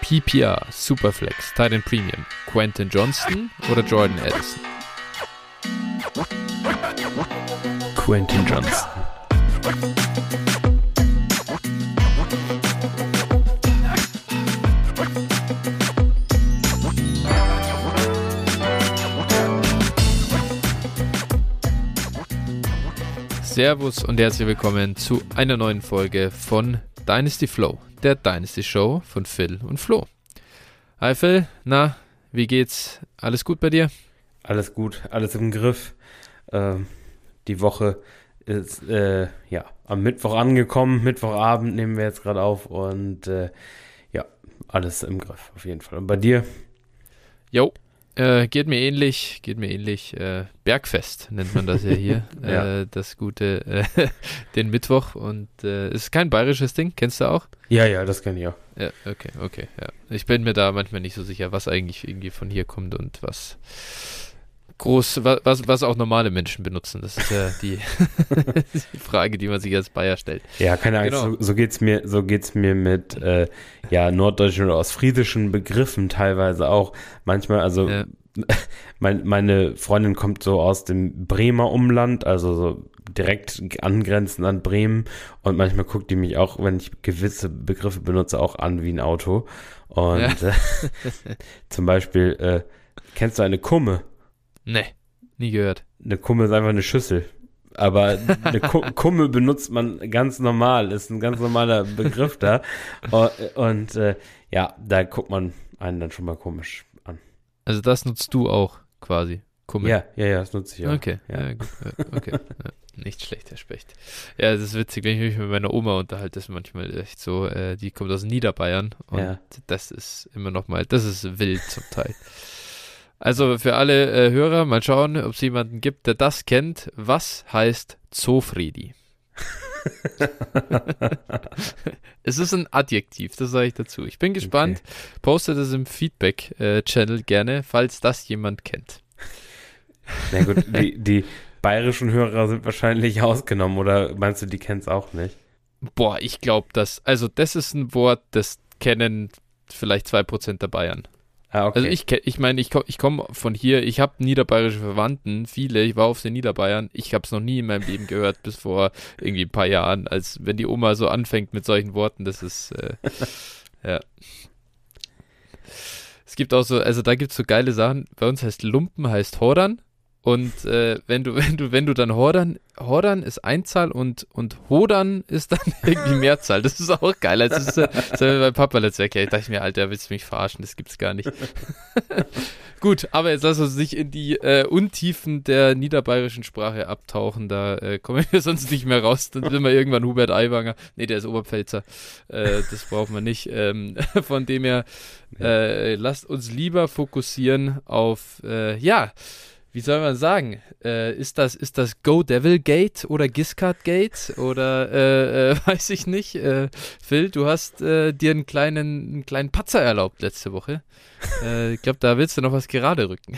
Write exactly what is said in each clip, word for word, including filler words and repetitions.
P P R, Superflex, Titan Premium, Quentin Johnston oder Jordan Addison? Quentin Johnston. Servus und herzlich willkommen zu einer neuen Folge von Dynasty Flow, der Dynasty Show von Phil und Flo. Hi Phil, na, wie geht's? Alles gut bei dir? Alles gut, alles im Griff. Ähm, die Woche ist äh, ja am Mittwoch angekommen, Mittwochabend nehmen wir jetzt gerade auf und äh, ja, alles im Griff auf jeden Fall. Und bei dir? Jo, äh, geht mir ähnlich, geht mir ähnlich. Äh, Bergfest nennt man das ja hier, Ja. äh, das gute, äh, den Mittwoch und äh, ist kein bayerisches Ding, kennst du auch? Ja, ja, das kenne ich auch. Ja, okay, okay, ja. Ich bin mir da manchmal nicht so sicher, was eigentlich irgendwie von hier kommt und was groß, wa- was, was auch normale Menschen benutzen. Das ist ja die, die Frage, die man sich als Bayer stellt. Ja, keine Angst, Genau. so, so geht's mir, so geht's mir mit äh, ja, norddeutschen oder ostfriesischen Begriffen teilweise auch. Manchmal, also Ja. mein, meine Freundin kommt so aus dem Bremer Umland, also so direkt angrenzend an Bremen und manchmal guckt die mich auch, wenn ich gewisse Begriffe benutze, auch an wie ein Auto. Und Ja. äh, zum Beispiel, äh, kennst du eine Kumme? Nee, nie gehört. Eine Kumme ist einfach eine Schüssel. Aber eine Ku- Kumme benutzt man ganz normal, ist ein ganz normaler Begriff da. Und, und äh, ja, da guckt man einen dann schon mal komisch an. Also das nutzt du auch quasi. Kummel. Ja, ja, ja, das nutze ich auch. Okay, ja, Ja. gut. ja, okay. Ja, nicht schlecht, Herr Specht. Ja, es ist witzig, wenn ich mich mit meiner Oma unterhalte, ist manchmal echt so, äh, die kommt aus Niederbayern und Ja. das ist immer noch mal, das ist wild zum Teil. Also für alle äh, Hörer, mal schauen, ob es jemanden gibt, der das kennt. Was heißt Zofriedi? Es ist ein Adjektiv, das sage ich dazu. Ich bin gespannt. Postet es im Feedback-Channel gerne, falls das jemand kennt. Na gut, die, die bayerischen Hörer sind wahrscheinlich ausgenommen, oder meinst du, die kennen es auch nicht? Boah, ich glaube, das, also das ist ein Wort, das kennen vielleicht zwei Prozent der Bayern. Ah, okay. Also ich ke- ich meine, ich, ko- ich komme von hier, ich habe niederbayerische Verwandten, viele, ich war auf den Niederbayern, ich habe es noch nie in meinem Leben gehört, bis vor irgendwie ein paar Jahren, als wenn die Oma so anfängt mit solchen Worten, das ist, äh, ja. Es gibt auch so, also da gibt es so geile Sachen, bei uns heißt Lumpen, heißt Hordern und äh, wenn du, wenn du, wenn du dann Hordern, Hordern ist Einzahl und, und Hodern ist dann irgendwie Mehrzahl, das ist auch geil, also das ist, äh, das hat mir mein Papa letztes erklärt, ich dachte mir, Alter, willst du mich verarschen, das gibt's gar nicht. Gut, aber jetzt lass uns nicht in die äh, Untiefen der niederbayerischen Sprache abtauchen, da äh, kommen wir sonst nicht mehr raus, dann sind wir irgendwann Hubert Aiwanger, nee, der ist Oberpfälzer, äh, das brauchen wir nicht, ähm, von dem her, äh, lasst uns lieber fokussieren auf, äh, ja, wie soll man sagen, äh, ist das ist das Go Devil Gate oder Giscard Gate oder äh, äh, weiß ich nicht. Äh, Phil, du hast äh, dir einen kleinen, einen kleinen Patzer erlaubt letzte Woche. Äh, ich glaube, da willst du noch was gerade rücken.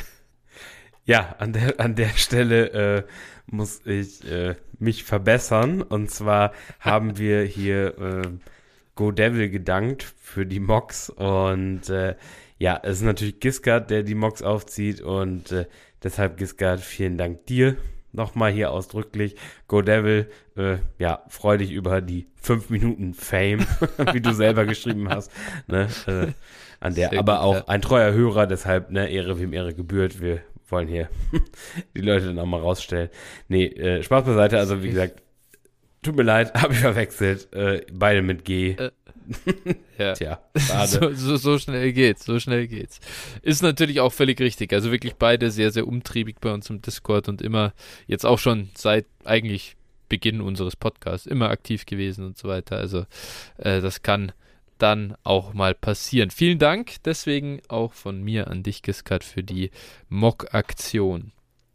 Ja, an der, an der Stelle äh, muss ich äh, mich verbessern. Und zwar haben wir hier äh, Go Devil gedankt für die Mocks. Und äh, ja, es ist natürlich Giscard, der die Mocks aufzieht. Und äh, deshalb, Giscard, vielen Dank dir nochmal hier ausdrücklich. Go Devil, äh, ja, freu dich über die fünf Minuten Fame, wie du selber geschrieben hast. Ne, äh, an der, Sehr aber gut, auch ja. ein treuer Hörer, deshalb, ne, Ehre wem Ehre gebührt. Wir wollen hier die Leute dann auch mal rausstellen. Nee, äh, Spaß beiseite, also wie gesagt, tut mir leid, habe ich verwechselt. Äh, beide mit G. Äh, Ja. Tja, schade. So, so, so schnell geht's, so schnell geht's. Ist natürlich auch völlig richtig. Also wirklich beide sehr, sehr umtriebig bei uns im Discord und immer, jetzt auch schon seit eigentlich Beginn unseres Podcasts, immer aktiv gewesen und so weiter. Also äh, das kann dann auch mal passieren. Vielen Dank deswegen auch von mir an dich, Giscard, für die Mock-Aktion.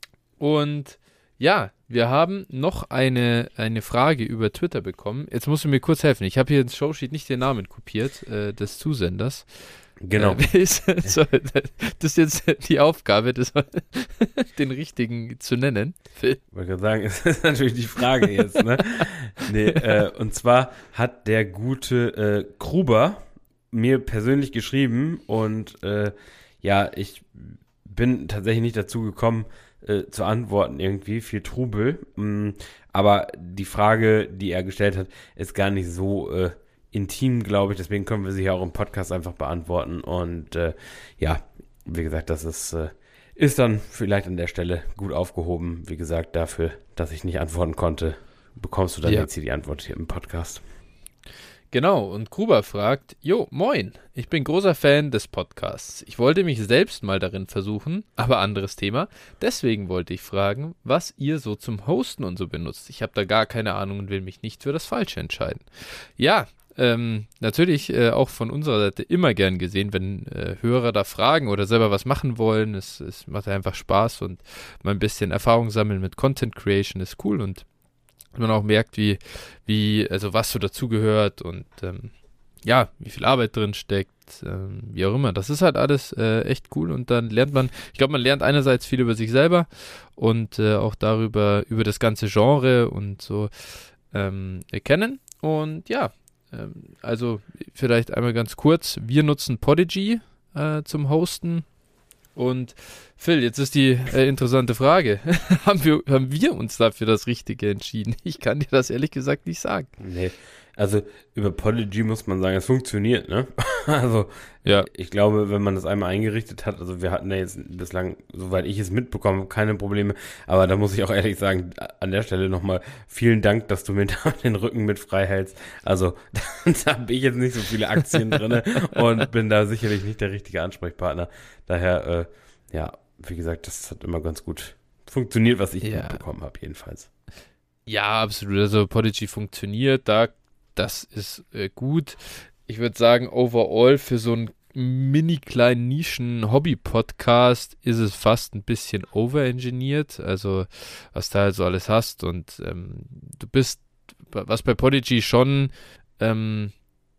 Und ja, wir haben noch eine, eine Frage über Twitter bekommen. Jetzt musst du mir kurz helfen. Ich habe hier ins Showsheet nicht den Namen kopiert äh, des Zusenders. Genau. Äh, wer ist, so, das ist jetzt die Aufgabe, das, den richtigen zu nennen. Phil. Ich wollte gerade sagen, es ist natürlich die Frage jetzt, ne? Nee, äh, und zwar hat der gute äh, Gruber mir persönlich geschrieben und äh, ja, ich bin tatsächlich nicht dazu gekommen, äh, zu antworten irgendwie, viel Trubel. Mm, aber die Frage, die er gestellt hat, ist gar nicht so äh, intim, glaube ich. Deswegen können wir sie ja auch im Podcast einfach beantworten. Und äh, ja, wie gesagt, das ist, äh, ist dann vielleicht an der Stelle gut aufgehoben. Wie gesagt, dafür, dass ich nicht antworten konnte, bekommst du dann Ja. jetzt hier die Antwort hier im Podcast. Genau, und Gruber fragt, jo, moin, ich bin großer Fan des Podcasts. Ich wollte mich selbst mal darin versuchen, aber anderes Thema. Deswegen wollte ich fragen, was ihr so zum Hosten und so benutzt. Ich habe da gar keine Ahnung und will mich nicht für das Falsche entscheiden. Ja, ähm, natürlich äh, auch von unserer Seite immer gern gesehen, wenn äh, Hörer da fragen oder selber was machen wollen. Es, es macht einfach Spaß und mal ein bisschen Erfahrung sammeln mit Content Creation ist cool und man auch merkt, wie, wie, also was so dazugehört und ähm, ja, wie viel Arbeit drin steckt, ähm, wie auch immer. Das ist halt alles äh, echt cool und dann lernt man, ich glaube, man lernt einerseits viel über sich selber und äh, auch darüber, über das ganze Genre und so ähm, kennen. Und ja, ähm, also vielleicht einmal ganz kurz, wir nutzen Podigy äh, zum Hosten. Und Phil, jetzt ist die äh, interessante Frage. haben, wir, haben wir uns dafür das Richtige entschieden? Ich kann dir das ehrlich gesagt nicht sagen. Nee, also über Podigy muss man sagen, es funktioniert, ne? Also Ja. ich glaube, wenn man das einmal eingerichtet hat, also wir hatten ja jetzt bislang, soweit ich es mitbekommen habe, keine Probleme, aber da muss ich auch ehrlich sagen, an der Stelle nochmal vielen Dank, dass du mir da den Rücken mit frei hältst. Also da habe ich jetzt nicht so viele Aktien drin und bin da sicherlich nicht der richtige Ansprechpartner. Daher, äh, ja, wie gesagt, das hat immer ganz gut funktioniert, was ich Ja. mitbekommen habe, jedenfalls. Ja, absolut. Also Podigy funktioniert, da, das ist äh, gut. Ich würde sagen, overall für so einen mini kleinen Nischen-Hobby-Podcast ist es fast ein bisschen overengineert. Also was du halt so alles hast und ähm, du bist, was bei Podigy schon ähm,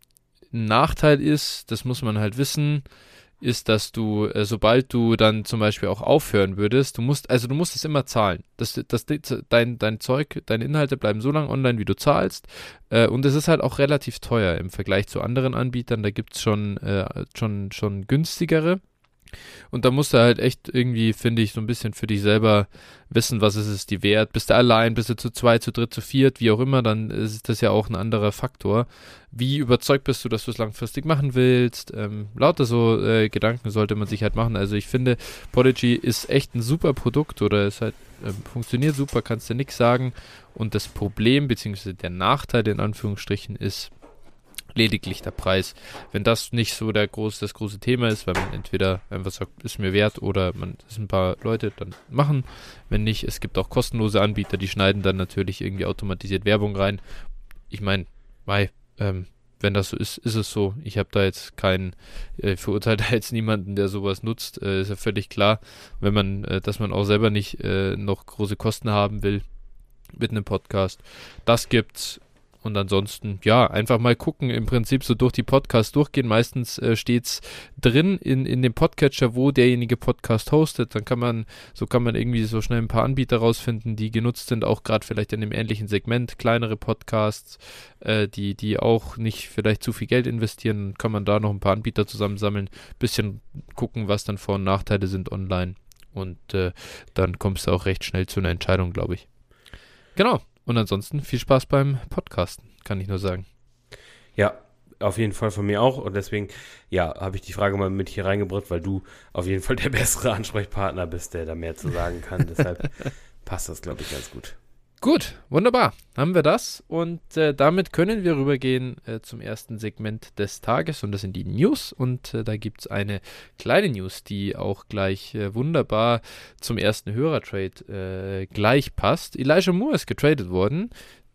ein Nachteil ist, das muss man halt wissen, ist, dass du, äh, sobald du dann zum Beispiel auch aufhören würdest, du musst, also du musst es immer zahlen. Das, das, dein, dein Zeug, deine Inhalte bleiben so lange online, wie du zahlst. Äh, und es ist halt auch relativ teuer im Vergleich zu anderen Anbietern. Da gibt es schon, äh, schon, schon günstigere. Und da musst du halt echt irgendwie, finde ich, so ein bisschen für dich selber wissen, was ist es dir wert. Bist du allein, bist du zu zweit, zu dritt, zu viert, wie auch immer, dann ist das ja auch ein anderer Faktor. Wie überzeugt bist du, dass du es langfristig machen willst? Ähm, lauter so äh, Gedanken sollte man sich halt machen. Also ich finde, Podigy ist echt ein super Produkt oder ist halt, äh, funktioniert super, kannst du nichts sagen. Und das Problem, beziehungsweise der Nachteil in Anführungsstrichen ist, lediglich der Preis. Wenn das nicht so der groß, das große Thema ist, weil man entweder einfach sagt, ist mir wert oder man ist ein paar Leute dann machen. Wenn nicht, es gibt auch kostenlose Anbieter, die schneiden dann natürlich irgendwie automatisiert Werbung rein. Ich meine, mei, ähm, wenn das so ist, ist es so. Ich habe da jetzt keinen, äh, verurteile da jetzt niemanden, der sowas nutzt. Äh, ist ja völlig klar, wenn man, äh, dass man auch selber nicht äh, noch große Kosten haben will mit einem Podcast. Das gibt's. Und ansonsten, ja, einfach mal gucken, im Prinzip so durch die Podcasts durchgehen. Meistens äh, steht's drin in, in dem Podcatcher, wo derjenige Podcast hostet. Dann kann man, so kann man irgendwie so schnell ein paar Anbieter rausfinden, die genutzt sind, auch gerade vielleicht in dem ähnlichen Segment, kleinere Podcasts, äh, die, die auch nicht vielleicht zu viel Geld investieren. Dann kann man da noch ein paar Anbieter zusammensammeln, bisschen gucken, was dann Vor- und Nachteile sind online. Und äh, dann kommst du auch recht schnell zu einer Entscheidung, glaube ich. Genau. Und ansonsten viel Spaß beim Podcasten, kann ich nur sagen. Ja, auf jeden Fall von mir auch. Und deswegen, ja, habe ich die Frage mal mit hier reingebracht, weil du auf jeden Fall der bessere Ansprechpartner bist, der da mehr zu sagen kann. Deshalb passt das, glaube ich, ganz gut. Gut, wunderbar. Haben wir das. Und äh, damit können wir rübergehen äh, zum ersten Segment des Tages. Und das sind die News. Und äh, da gibt es eine kleine News, die auch gleich äh, wunderbar zum ersten Hörertrade äh, gleich passt. Elijah Moore ist getradet worden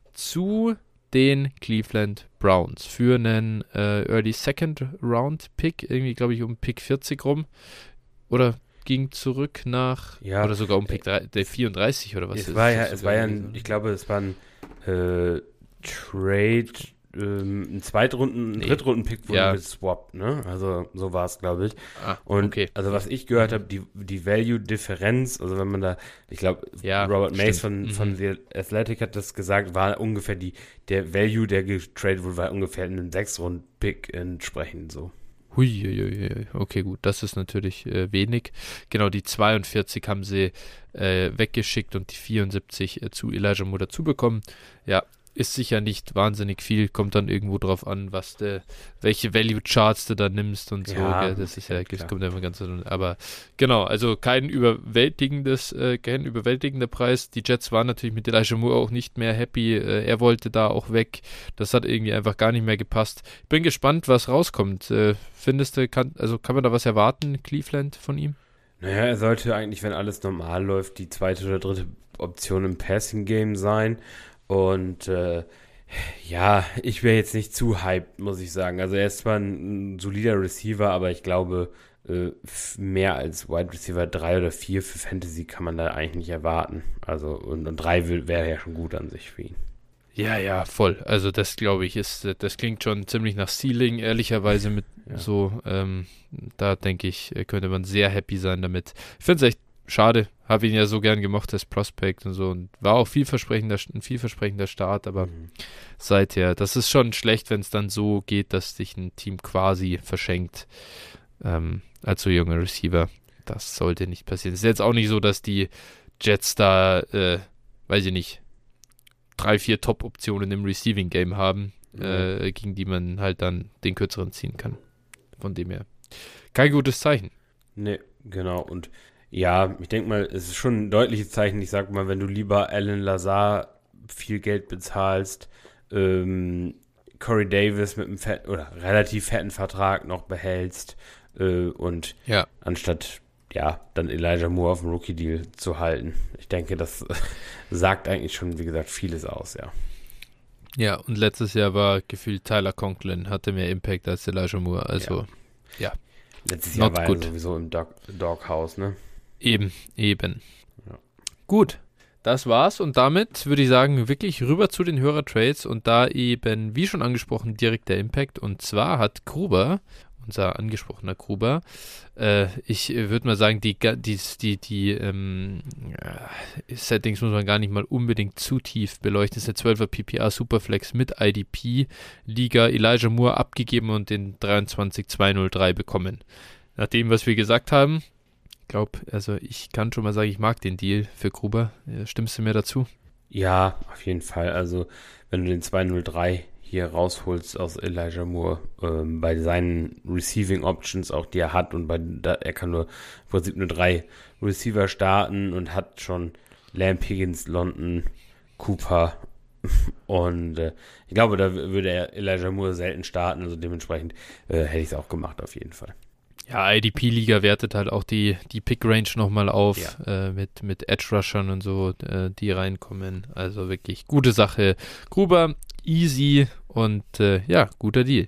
zu den Cleveland Browns für einen äh, Early Second Round Pick. Irgendwie, glaube ich, um Pick vierzig rum. Oder ging zurück nach, ja, oder sogar um Pick drei, der vierunddreißig oder was es ist war das ja, es war ja, ein, ich glaube, es war ein äh, Trade ähm, ein Zweitrunden-, ein Nee. Drittrunden-Pick wurde Ja. geswappt, ne? Also so war es, glaube ich. Ah, Und okay. also was ich gehört habe, die, die Value-Differenz, also wenn man da, ich glaube, Ja, Robert Mace von, stimmt. von Mhm. The Athletic hat das gesagt, war ungefähr die, der Value, der getradet wurde, war ungefähr einem Sechs-Runden-Pick entsprechend so. Hui, hui, hui, hui. Okay, gut, das ist natürlich äh, wenig. Genau, die zweiundvierzig haben sie äh, weggeschickt und die vierundsiebzig äh, zu Elijah Moore dazu bekommen. Ja, ist sicher nicht wahnsinnig viel, kommt dann irgendwo drauf an, was de, welche Value Charts du da nimmst und so. Ja, Gell? Das ist ja, klar. das kommt ja immer ganz, aber genau, also kein überwältigendes, äh, kein überwältigender Preis. Die Jets waren natürlich mit Elijah Moore auch nicht mehr happy. Äh, er wollte da auch weg. Das hat irgendwie einfach gar nicht mehr gepasst. Ich bin gespannt, was rauskommt. Äh, findest du, kann, also kann man da was erwarten, Cleveland, von ihm? Naja, er sollte eigentlich, wenn alles normal läuft, die zweite oder dritte Option im Passing-Game sein. Und äh, ja, ich wäre jetzt nicht zu hyped, muss ich sagen. Also er ist zwar ein, ein solider Receiver, aber ich glaube, äh, f- mehr als Wide Receiver drei oder vier für Fantasy kann man da eigentlich nicht erwarten. Also und, und drei wäre ja schon gut an sich für ihn. Ja, ja, voll. Also das glaube ich ist, äh, das klingt schon ziemlich nach Ceiling, ehrlicherweise mit Ja. so, ähm, da denke ich, äh, könnte man sehr happy sein damit. Ich finde es echt schade, habe ihn ja so gern gemocht als Prospect und so und war auch vielversprechender, ein vielversprechender Start, aber Mhm. seither, das ist schon schlecht, wenn es dann so geht, dass dich ein Team quasi verschenkt, ähm, als so junger Receiver. Das sollte nicht passieren. Es ist jetzt auch nicht so, dass die Jets da, äh, weiß ich nicht, drei, vier Top-Optionen im Receiving-Game haben, Mhm. äh, gegen die man halt dann den kürzeren ziehen kann. Von dem her. Kein gutes Zeichen. Nee, genau. Und ja, ich denke mal, es ist schon ein deutliches Zeichen. Ich sag mal, wenn du lieber Alan Lazar viel Geld bezahlst, ähm, Corey Davis mit einem fett, oder relativ fetten Vertrag noch behältst äh, und Ja. anstatt ja, dann Elijah Moore auf dem Rookie-Deal zu halten. Ich denke, das sagt eigentlich schon, wie gesagt, vieles aus, ja. Ja, und letztes Jahr war gefühlt Tyler Conklin, hatte mehr Impact als Elijah Moore. Also Letztes Jahr Not war good. er sowieso im Dog, Doghouse, ne? eben, eben. Ja. Gut, das war's und damit würde ich sagen, wirklich rüber zu den Hörertrades und da eben, wie schon angesprochen, direkt der Impact. Und zwar hat Gruber, unser angesprochener Gruber, äh, ich würde mal sagen, die, ga- die, die, die ähm, ja, Settings muss man gar nicht mal unbedingt zu tief beleuchten. Das ist der zwölfer P P R Superflex mit I D P Liga Elijah Moore abgegeben und den dreiundzwanzig zweihundertdrei bekommen. Nach dem, was wir gesagt haben, ich glaube, also ich kann schon mal sagen, ich mag den Deal für Gruber. Äh, Stimmst du mir dazu? Ja, auf jeden Fall. Also, wenn du den zweihundertdrei hier rausholst aus Elijah Moore, ähm, bei seinen Receiving Options auch, die er hat und bei, da, er kann nur im Prinzip nur drei Receiver starten und hat schon Lamb, Higgins, London, Cooper und äh, ich glaube, da w- würde er Elijah Moore selten starten, also dementsprechend äh, hätte ich es auch gemacht auf jeden Fall. Ja, I D P-Liga wertet halt auch die, die Pick-Range nochmal auf, äh, mit, mit Edge-Rushern und so, äh, die reinkommen. Also wirklich gute Sache. Gruber, easy und äh, ja, guter Deal.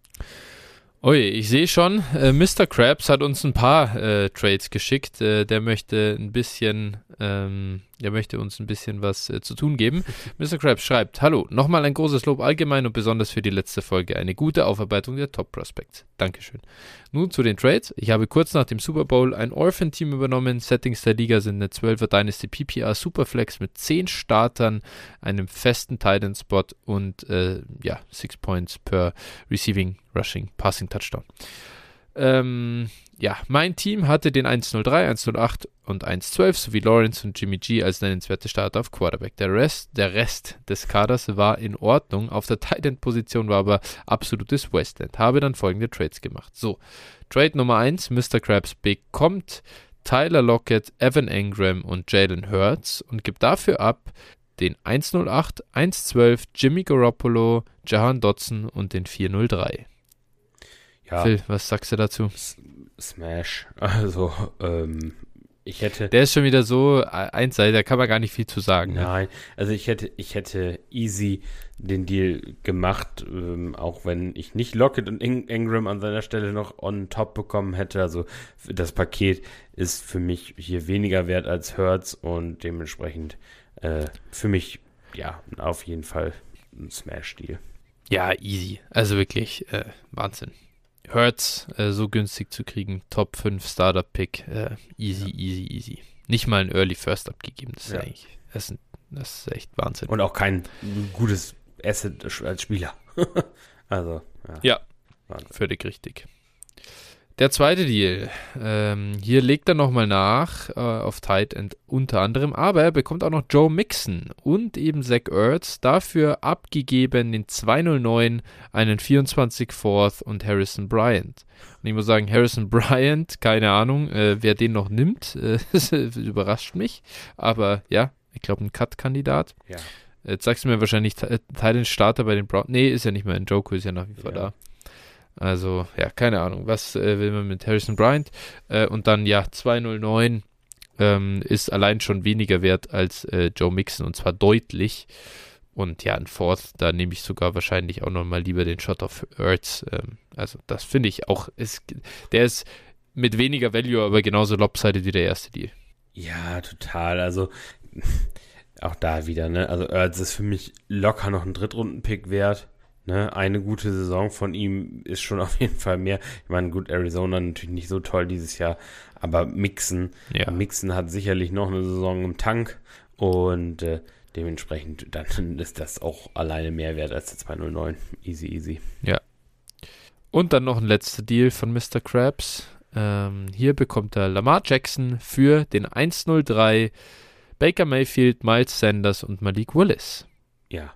Ui, ich sehe schon, äh, Mister Krabs hat uns ein paar äh, Trades geschickt. Äh, der möchte ein bisschen, ähm, der möchte uns ein bisschen was äh, zu tun geben. Mister Krabs schreibt: Hallo, nochmal ein großes Lob allgemein und besonders für die letzte Folge. Eine gute Aufarbeitung der Top Prospects. Dankeschön. Nun zu den Trades. Ich habe kurz nach dem Super Bowl ein Orphan-Team übernommen. Settings der Liga sind eine zwölfer Dynasty P P R Superflex mit zehn Startern, einem festen Tight-End-Spot und äh, ja, six Points per Receiving, Rushing, Passing Touchdown. Ähm, ja, mein Team hatte den eins null drei, eins null acht und eins zwölf sowie Lawrence und Jimmy G als nennenswerte Starter auf Quarterback. Der Rest, der Rest des Kaders war in Ordnung. Auf der Tight End Position war aber absolutes Westend. Habe dann folgende Trades gemacht. So, Trade Nummer eins, Mister Krabs bekommt Tyler Lockett, Evan Engram und Jalen Hurts und gibt dafür ab den eins null acht, eins zwölf, Jimmy Garoppolo, Jahan Dotson und den vier null drei. Ja, Phil, was sagst du dazu? S- Smash. Also, ähm, ich hätte. Der ist schon wieder so äh, einseitig, da kann man gar nicht viel zu sagen. Ne? Nein, also ich hätte, ich hätte easy den Deal gemacht, ähm, auch wenn ich nicht Lockett und Ing- Ingram an seiner Stelle noch on top bekommen hätte. Also das Paket ist für mich hier weniger wert als Hurts und dementsprechend äh, für mich, ja, auf jeden Fall ein Smash-Deal. Ja, easy. Also wirklich äh, Wahnsinn. Hurts äh, so günstig zu kriegen, Top fünf Startup-Pick, äh, easy, ja. easy, easy. Nicht mal ein Early First abgegeben, das ist ja. eigentlich, das ist, das ist echt Wahnsinn. Und auch kein gutes Asset als Spieler. also, ja. Ja, Wahnsinn. Völlig richtig. Der zweite Deal, ähm, hier legt er nochmal nach äh, auf Tight End unter anderem, aber er bekommt auch noch Joe Mixon und eben Zach Ertz, dafür abgegeben den zwei null neun, einen vierundzwanzig Fourth und Harrison Bryant. Und ich muss sagen, Harrison Bryant, keine Ahnung, äh, wer den noch nimmt, äh, überrascht mich, aber ja, ich glaube ein Cut-Kandidat. Ja. Jetzt sagst du mir wahrscheinlich Tight End Starter bei den Browns, nee, ist ja nicht mehr, Njoku ist ja nach wie vor ja. da. Also, ja, keine Ahnung, was äh, will man mit Harrison Bryant? Äh, und dann, ja, zwei null neun ähm, ist allein schon weniger wert als äh, Joe Mixon und zwar deutlich. Und ja, ein Fourth, da nehme ich sogar wahrscheinlich auch nochmal lieber den Shot auf Ertz. Ähm, also, das finde ich auch, ist, der ist mit weniger Value, aber genauso lopsided wie der erste Deal. Ja, total. Also, auch da wieder, ne? Also, Ertz ist für mich locker noch ein Drittrunden-Pick wert. Ne, eine gute Saison von ihm ist schon auf jeden Fall mehr. Ich meine, gut, Arizona natürlich nicht so toll dieses Jahr, aber Mixon, ja. Mixon hat sicherlich noch eine Saison im Tank und äh, dementsprechend dann ist das auch alleine mehr wert als der zwei null neun. Easy, easy. Ja. Und dann noch ein letzter Deal von Mister Krabs. Ähm, hier bekommt er Lamar Jackson für den eins null drei, Baker Mayfield, Miles Sanders und Malik Willis. Ja.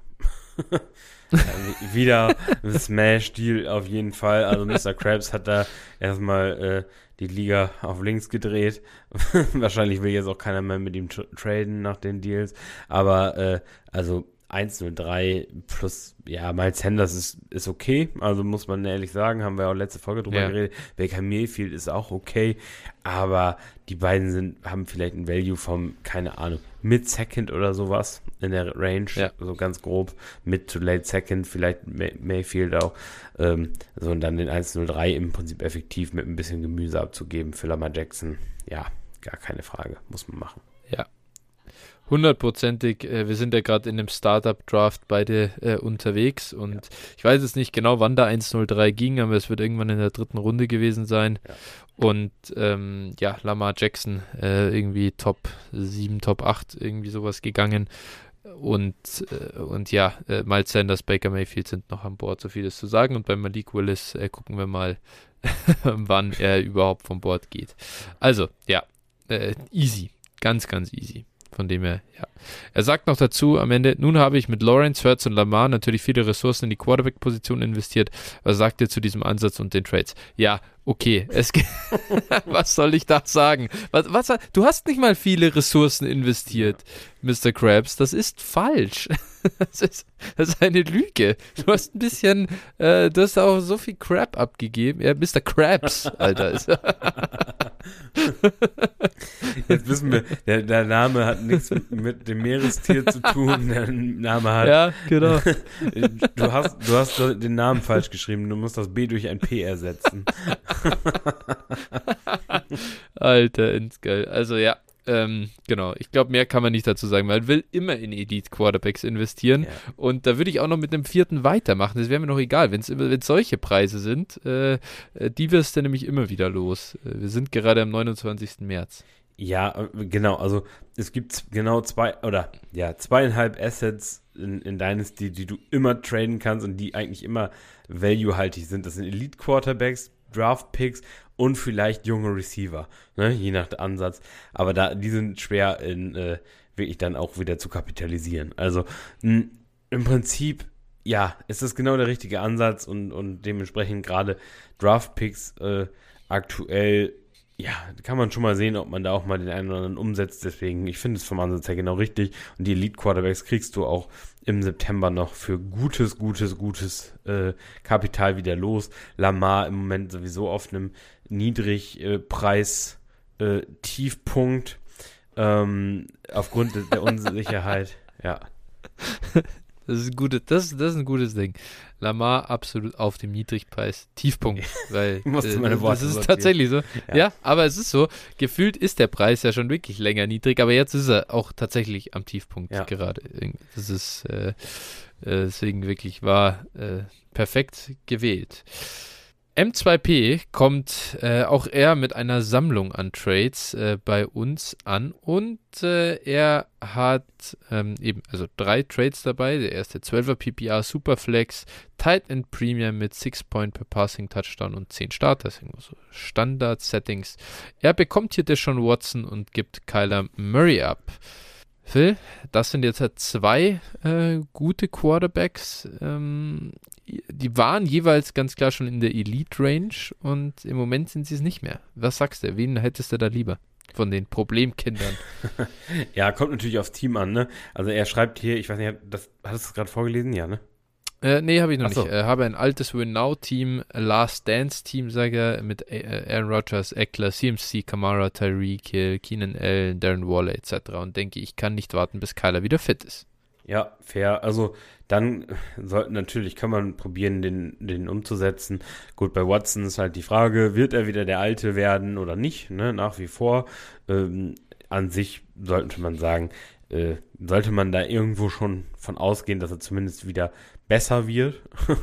Ja, wieder ein Smash-Deal auf jeden Fall. Also Mister Krabs hat da erstmal äh, die Liga auf links gedreht. Wahrscheinlich will jetzt auch keiner mehr mit ihm tra- traden nach den Deals. Aber äh, also eins null drei plus, ja, Miles Sanders ist, ist okay. Also muss man ehrlich sagen, haben wir auch letzte Folge drüber ja. geredet. Baker Mayfield ist auch okay. Aber die beiden sind, haben vielleicht ein Value vom, keine Ahnung, Mid-Second oder sowas in der Range, ja. so ganz grob, Mid to Late Second, vielleicht May- Mayfield auch, ähm, so und dann den eins null drei im Prinzip effektiv mit ein bisschen Gemüse abzugeben für Lamar Jackson, ja, gar keine Frage, muss man machen. Ja, hundertprozentig, äh, wir sind ja gerade in dem Startup-Draft beide äh, unterwegs und ja. ich weiß jetzt nicht genau, wann da eins null drei ging, aber es wird irgendwann in der dritten Runde gewesen sein. Ja. Und ähm, ja, Lamar Jackson äh, irgendwie Top sieben, Top acht, irgendwie sowas gegangen. Und, äh, und ja, äh, Miles Sanders, Baker Mayfield sind noch an Bord, so viel ist zu sagen. Und bei Malik Willis äh, gucken wir mal, wann er überhaupt von Bord geht. Also, ja, äh, easy, ganz, ganz easy. Von dem her, ja. Er sagt noch dazu am Ende, nun habe ich mit Lawrence, Hurts und Lamar natürlich viele Ressourcen in die Quarterback-Position investiert. Was sagt ihr zu diesem Ansatz und den Trades? Ja, okay. Es was soll ich da sagen? Was, was, du hast nicht mal viele Ressourcen investiert, Mister Krabs. Das ist falsch. Das ist, das ist eine Lüge. Du hast ein bisschen, äh, du hast auch so viel Crap abgegeben. Ja, Mister Krabs, Alter. Jetzt wissen wir, der, der Name hat nichts mit, mit dem Meerestier zu tun. Der Name hat. Ja, genau. Du hast, du hast den Namen falsch geschrieben. Du musst das B durch ein P ersetzen. Alter, ins geil. Also ja, ähm, genau. Ich glaube, mehr kann man nicht dazu sagen. Man will immer in Elite-Quarterbacks investieren. Ja. Und da würde ich auch noch mit einem vierten weitermachen. Das wäre mir noch egal. Wenn es solche Preise sind, äh, die wirst du nämlich immer wieder los. Wir sind gerade am neunundzwanzigsten März. Ja, genau. Also es gibt genau zwei oder ja zweieinhalb Assets in, in Dynasty, die du immer traden kannst und die eigentlich immer value-haltig sind. Das sind Elite-Quarterbacks, Draft-Picks und vielleicht junge Receiver, ne, je nach Ansatz. Aber da, die sind schwer in äh, wirklich dann auch wieder zu kapitalisieren. Also mh, im Prinzip, ja, ist das genau der richtige Ansatz und, und dementsprechend gerade Draft-Picks äh, aktuell, ja, kann man schon mal sehen, ob man da auch mal den einen oder anderen umsetzt. Deswegen, ich finde es vom Ansatz her genau richtig. Und die Elite-Quarterbacks kriegst du auch im September noch für gutes, gutes, gutes äh, Kapital wieder los. Lamar im Moment sowieso auf einem Niedrigpreis äh, Tiefpunkt ähm, aufgrund der Unsicherheit. Ja. Das ist, ein gute, das, das ist ein gutes Ding. Lamar absolut auf dem Niedrigpreis Tiefpunkt, weil äh, meine Worte das ist sortieren. tatsächlich so. Ja. Ja, aber es ist so, gefühlt ist der Preis ja schon wirklich länger niedrig, aber jetzt ist er auch tatsächlich am Tiefpunkt ja. gerade. Das ist, äh, Äh, deswegen wirklich war äh, perfekt gewählt. M zwei P kommt äh, auch er mit einer Sammlung an Trades äh, bei uns an und äh, er hat ähm, eben also drei Trades dabei. Der erste zwölfer P P R Superflex, Tight End Premium mit six Point per Passing Touchdown und zehn Starter, so Standard-Settings. Er bekommt hier Deshaun Watson und gibt Kyler Murray ab. Phil, das sind jetzt halt zwei äh, gute Quarterbacks. Ähm, die waren jeweils ganz klar schon in der Elite-Range und im Moment sind sie es nicht mehr. Was sagst du? Wen hättest du da lieber von den Problemkindern? Ja, kommt natürlich aufs Team an, ne? Also er schreibt hier, ich weiß nicht, das, hattest du es gerade vorgelesen? Ja, ne? Äh, nee, habe ich noch Ach so. nicht. Äh, habe ein altes Win-Now-Team, Last Dance-Team, sage er, mit äh, Aaron Rodgers, Eckler, C M C, Kamara, Tyreek Hill, Keenan Allen, Darren Waller et cetera. Und denke, ich kann nicht warten, bis Kyler wieder fit ist. Ja, fair. Also dann sollten natürlich, kann man probieren, den, den umzusetzen. Gut, bei Watson ist halt die Frage, wird er wieder der Alte werden oder nicht, ne? Nach wie vor. Ähm, an sich sollte man sagen, äh, sollte man da irgendwo schon von ausgehen, dass er zumindest wieder besser wird.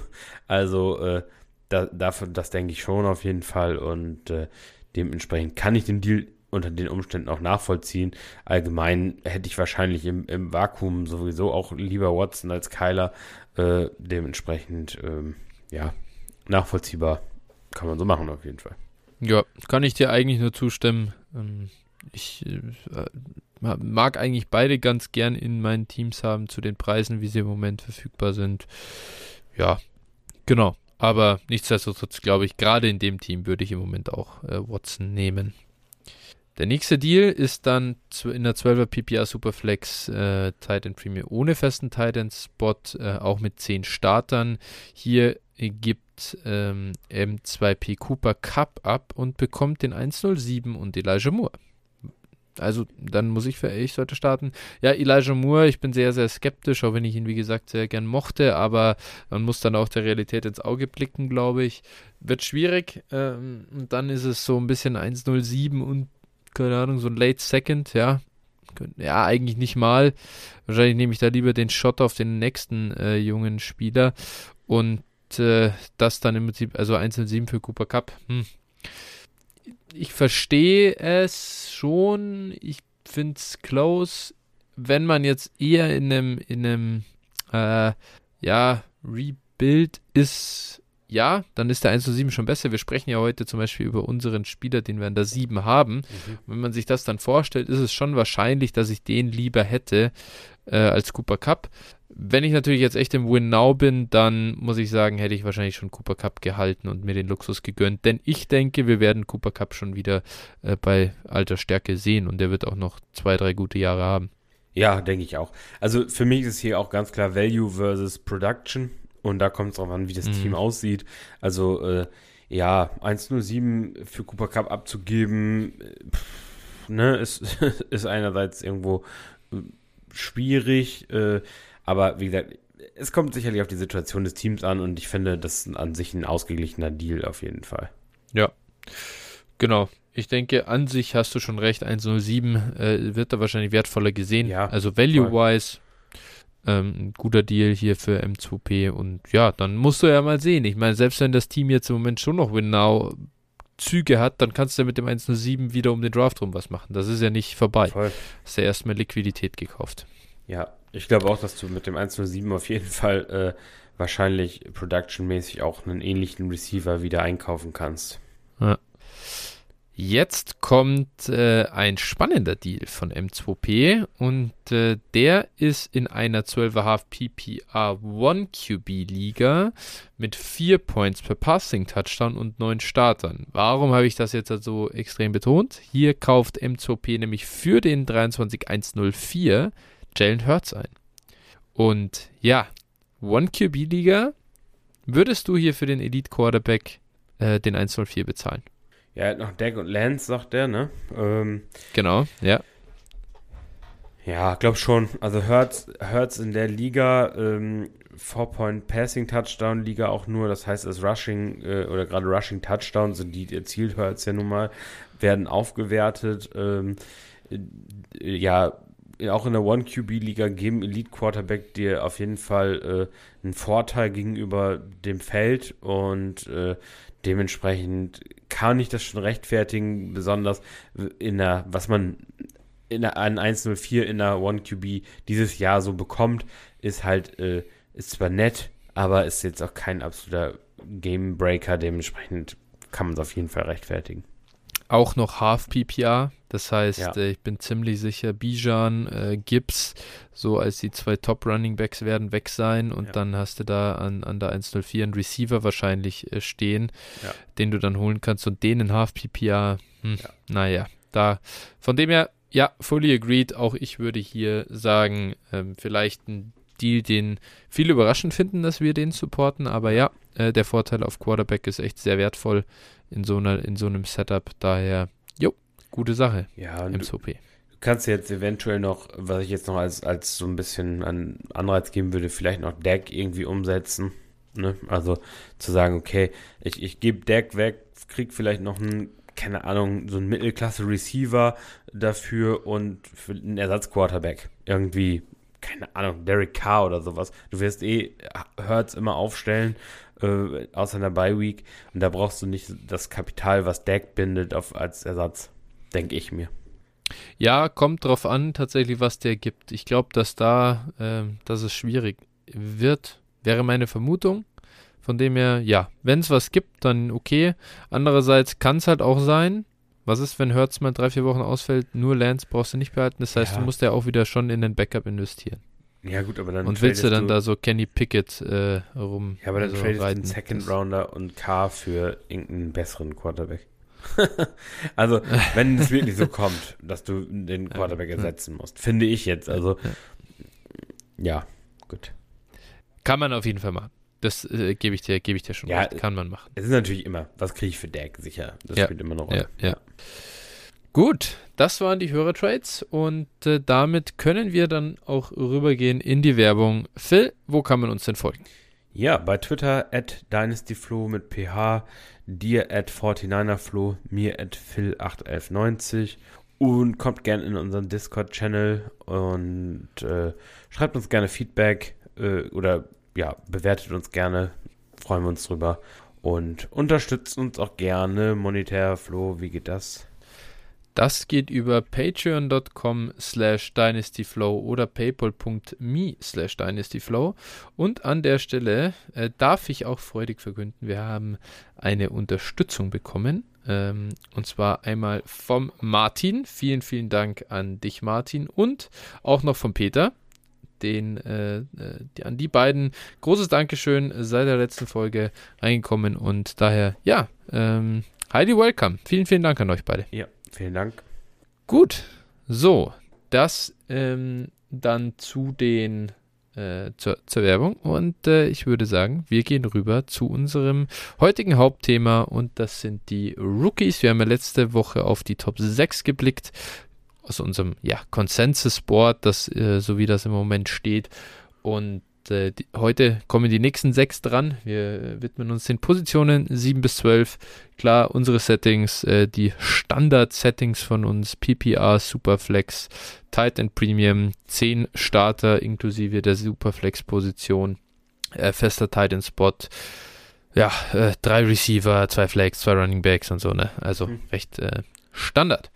Also äh, da, dafür, das denke ich schon auf jeden Fall und äh, dementsprechend kann ich den Deal unter den Umständen auch nachvollziehen. Allgemein hätte ich wahrscheinlich im, im Vakuum sowieso auch lieber Watson als Kyler. Äh, dementsprechend, ähm, ja, nachvollziehbar kann man so machen auf jeden Fall. Ja, kann ich dir eigentlich nur zustimmen. Ähm, ich äh, mag eigentlich beide ganz gern in meinen Teams haben, zu den Preisen, wie sie im Moment verfügbar sind. Ja, genau. Aber nichtsdestotrotz glaube ich, gerade in dem Team würde ich im Moment auch äh, Watson nehmen. Der nächste Deal ist dann in der zwölfer P P R Superflex äh, Tight End Premium ohne festen Tight End Spot, äh, auch mit zehn Startern. Hier gibt ähm, M zwei P Cooper Kupp ab und bekommt den eins null sieben und Elijah Moore. Also dann muss ich für ich sollte starten. Ja, Elijah Moore, ich bin sehr, sehr skeptisch, auch wenn ich ihn, wie gesagt, sehr gern mochte, aber man muss dann auch der Realität ins Auge blicken, glaube ich. Wird schwierig. Ähm, und dann ist es so ein bisschen eins null sieben und keine Ahnung, so ein Late Second, ja. Ja, eigentlich nicht mal. Wahrscheinlich nehme ich da lieber den Shot auf den nächsten äh, jungen Spieler und äh, das dann im Prinzip, also eins null sieben für Cooper Kupp. Hm. Ich verstehe es schon, ich finde es close, wenn man jetzt eher in einem, in einem, äh, ja, Rebuild ist, ja, dann ist der eins null sieben schon besser. Wir sprechen ja heute zum Beispiel über unseren Spieler, den wir an der sieben haben. Mhm. Wenn man sich das dann vorstellt, ist es schon wahrscheinlich, dass ich den lieber hätte äh, als Cooper Kupp. Wenn ich natürlich jetzt echt im Win-Now bin, dann muss ich sagen, hätte ich wahrscheinlich schon Cooper Kupp gehalten und mir den Luxus gegönnt. Denn ich denke, wir werden Cooper Kupp schon wieder äh, bei alter Stärke sehen und der wird auch noch zwei, drei gute Jahre haben. Ja, denke ich auch. Also für mich ist hier auch ganz klar Value versus Production. Und da kommt es auch an, wie das mhm. Team aussieht. Also, äh, ja, eins null sieben für Cooper Kupp abzugeben, pff, ne, ist, ist einerseits irgendwo schwierig, äh, aber wie gesagt, es kommt sicherlich auf die Situation des Teams an und ich finde, das ist an sich ein ausgeglichener Deal auf jeden Fall. Ja, genau. Ich denke, an sich hast du schon recht, eins null sieben äh, wird da wahrscheinlich wertvoller gesehen. Ja, also Value-wise. Ähm, ein guter Deal hier für M zwei P und ja, dann musst du ja mal sehen. Ich meine, selbst wenn das Team jetzt im Moment schon noch Win-Now-Züge hat, dann kannst du ja mit dem eins null sieben wieder um den Draft rum was machen. Das ist ja nicht vorbei. Voll. Hast ja erstmal Liquidität gekauft. Ja, ich glaube auch, dass du mit dem eins null sieben auf jeden Fall äh, wahrscheinlich production-mäßig auch einen ähnlichen Receiver wieder einkaufen kannst. Ja. Jetzt kommt äh, ein spannender Deal von M zwei P und äh, der ist in einer zwölf Komma fünf P P R eins Q B Liga mit vier Points per Passing Touchdown und neun Startern. Warum habe ich das jetzt so extrem betont? Hier kauft M zwei P nämlich für den dreiundzwanzig eins null vier Jalen Hurts ein. Und ja, eins Q B Liga, würdest du hier für den Elite Quarterback äh, den eins null vier bezahlen? Ja, er hat noch Dak und Lance, sagt der, ne? Ähm, genau, ja. Ja, glaub schon. Also Hurts, Hurts in der Liga, ähm, Four-Point-Passing-Touchdown-Liga auch nur, das heißt, das Rushing äh, oder gerade Rushing-Touchdowns, die erzielt Hurts ja nun mal, werden aufgewertet. Ähm, äh, ja, auch in der One-Q B-Liga geben Elite-Quarterback dir auf jeden Fall äh, einen Vorteil gegenüber dem Feld und äh, dementsprechend kann ich das schon rechtfertigen, besonders in der, was man in der, an eins null vier in der One-Q B dieses Jahr so bekommt, ist halt, äh, ist zwar nett, aber ist jetzt auch kein absoluter Game-Breaker, dementsprechend kann man es auf jeden Fall rechtfertigen. Auch noch Half-P P R, das heißt, Ja. äh, ich bin ziemlich sicher, Bijan, äh, Gibbs, so als die zwei Top-Running-Backs werden weg sein und Ja. dann hast du da an, an der eins null vier einen Receiver wahrscheinlich äh, stehen, Ja. den du dann holen kannst und den in Half-P P R, hm, Ja. naja, da, von dem her, ja, fully agreed, auch ich würde hier sagen, ähm, vielleicht ein Deal, den viele überraschend finden, dass wir den supporten, aber ja, äh, der Vorteil auf Quarterback ist echt sehr wertvoll in so einer, in so einem Setup, daher, jo, gute Sache Ja, und im du, S O P. du kannst jetzt eventuell noch, was ich jetzt noch als, als so ein bisschen an Anreiz geben würde, vielleicht noch Dak irgendwie umsetzen. Ne? Also zu sagen, okay, ich, ich gebe Dak weg, krieg vielleicht noch einen, keine Ahnung, so einen Mittelklasse-Receiver dafür und für einen Ersatz-Quarterback. Irgendwie, keine Ahnung, Derek Carr oder sowas. Du wirst eh Hurts immer aufstellen, äh, außer in der Bye-Week. Und da brauchst du nicht das Kapital, was Dak bindet, auf, als Ersatz, denke ich mir. Ja, kommt drauf an, tatsächlich, was der gibt. Ich glaube, dass da, ähm, dass es schwierig wird, wäre meine Vermutung. Von dem her, ja, wenn es was gibt, dann okay. Andererseits kann es halt auch sein, was ist, wenn Hurts mal drei, vier Wochen ausfällt, nur Lance brauchst du nicht behalten. Das heißt, Ja. du musst ja auch wieder schon in den Backup investieren. Ja gut, aber dann Und willst du tradest dann da so Kenny Pickett äh, rum Ja, aber dann also tradest du reiten? den Second Das- Rounder und Carr für irgendeinen besseren Quarterback. Also, wenn es wirklich so kommt, dass du den Quarterback Ja. ersetzen musst, finde ich jetzt. Also, ja, gut. Kann man auf jeden Fall machen. Das äh, gebe ich dir, gebe ich dir schon Ja, recht. Kann man machen. Es ist natürlich immer, was kriege ich für Dak, sicher. Das Ja. spielt immer eine Rolle. Ja, ja. Gut, das waren die Hörertrades und äh, damit können wir dann auch rübergehen in die Werbung. Phil, wo kann man uns denn folgen? Ja, bei Twitter at dynastyflo mit ph, dir at forty-ninerflo, mir at phil acht eins eins neun und kommt gerne in unseren Discord-Channel und äh, schreibt uns gerne Feedback äh, oder ja, bewertet uns gerne, freuen wir uns drüber und unterstützt uns auch gerne monetär. Flo, wie geht das? Das geht über patreon.com slash dynastyflow oder paypal.me slash dynastyflow. Und an der Stelle äh, darf ich auch freudig verkünden, wir haben eine Unterstützung bekommen. Ähm, und zwar einmal vom Martin. Vielen, vielen Dank an dich, Martin. Und auch noch vom Peter. Den, äh, die, an die beiden großes Dankeschön seit der letzten Folge reingekommen. Und daher, ja, ähm, highly welcome. Vielen, vielen Dank an euch beide. Ja, vielen Dank. Gut, so, das ähm, dann zu den äh, zur, zur Werbung und äh, ich würde sagen, wir gehen rüber zu unserem heutigen Hauptthema und das sind die Rookies. Wir haben ja letzte Woche auf die Top sechs geblickt aus unserem ja, Consensus-Board, das äh, so wie das im Moment steht und äh, die, heute kommen die nächsten sechs dran. Wir widmen uns den Positionen sieben bis zwölf. Klar, unsere Settings, äh, die Standard-Settings von uns, P P R, Superflex, Tight End Premium, zehn Starter inklusive der Superflex-Position, äh, fester Tight End Spot, ja, äh, drei Receiver, zwei Flex, zwei Running Backs und so, ne? Also Mhm. recht äh, Standard.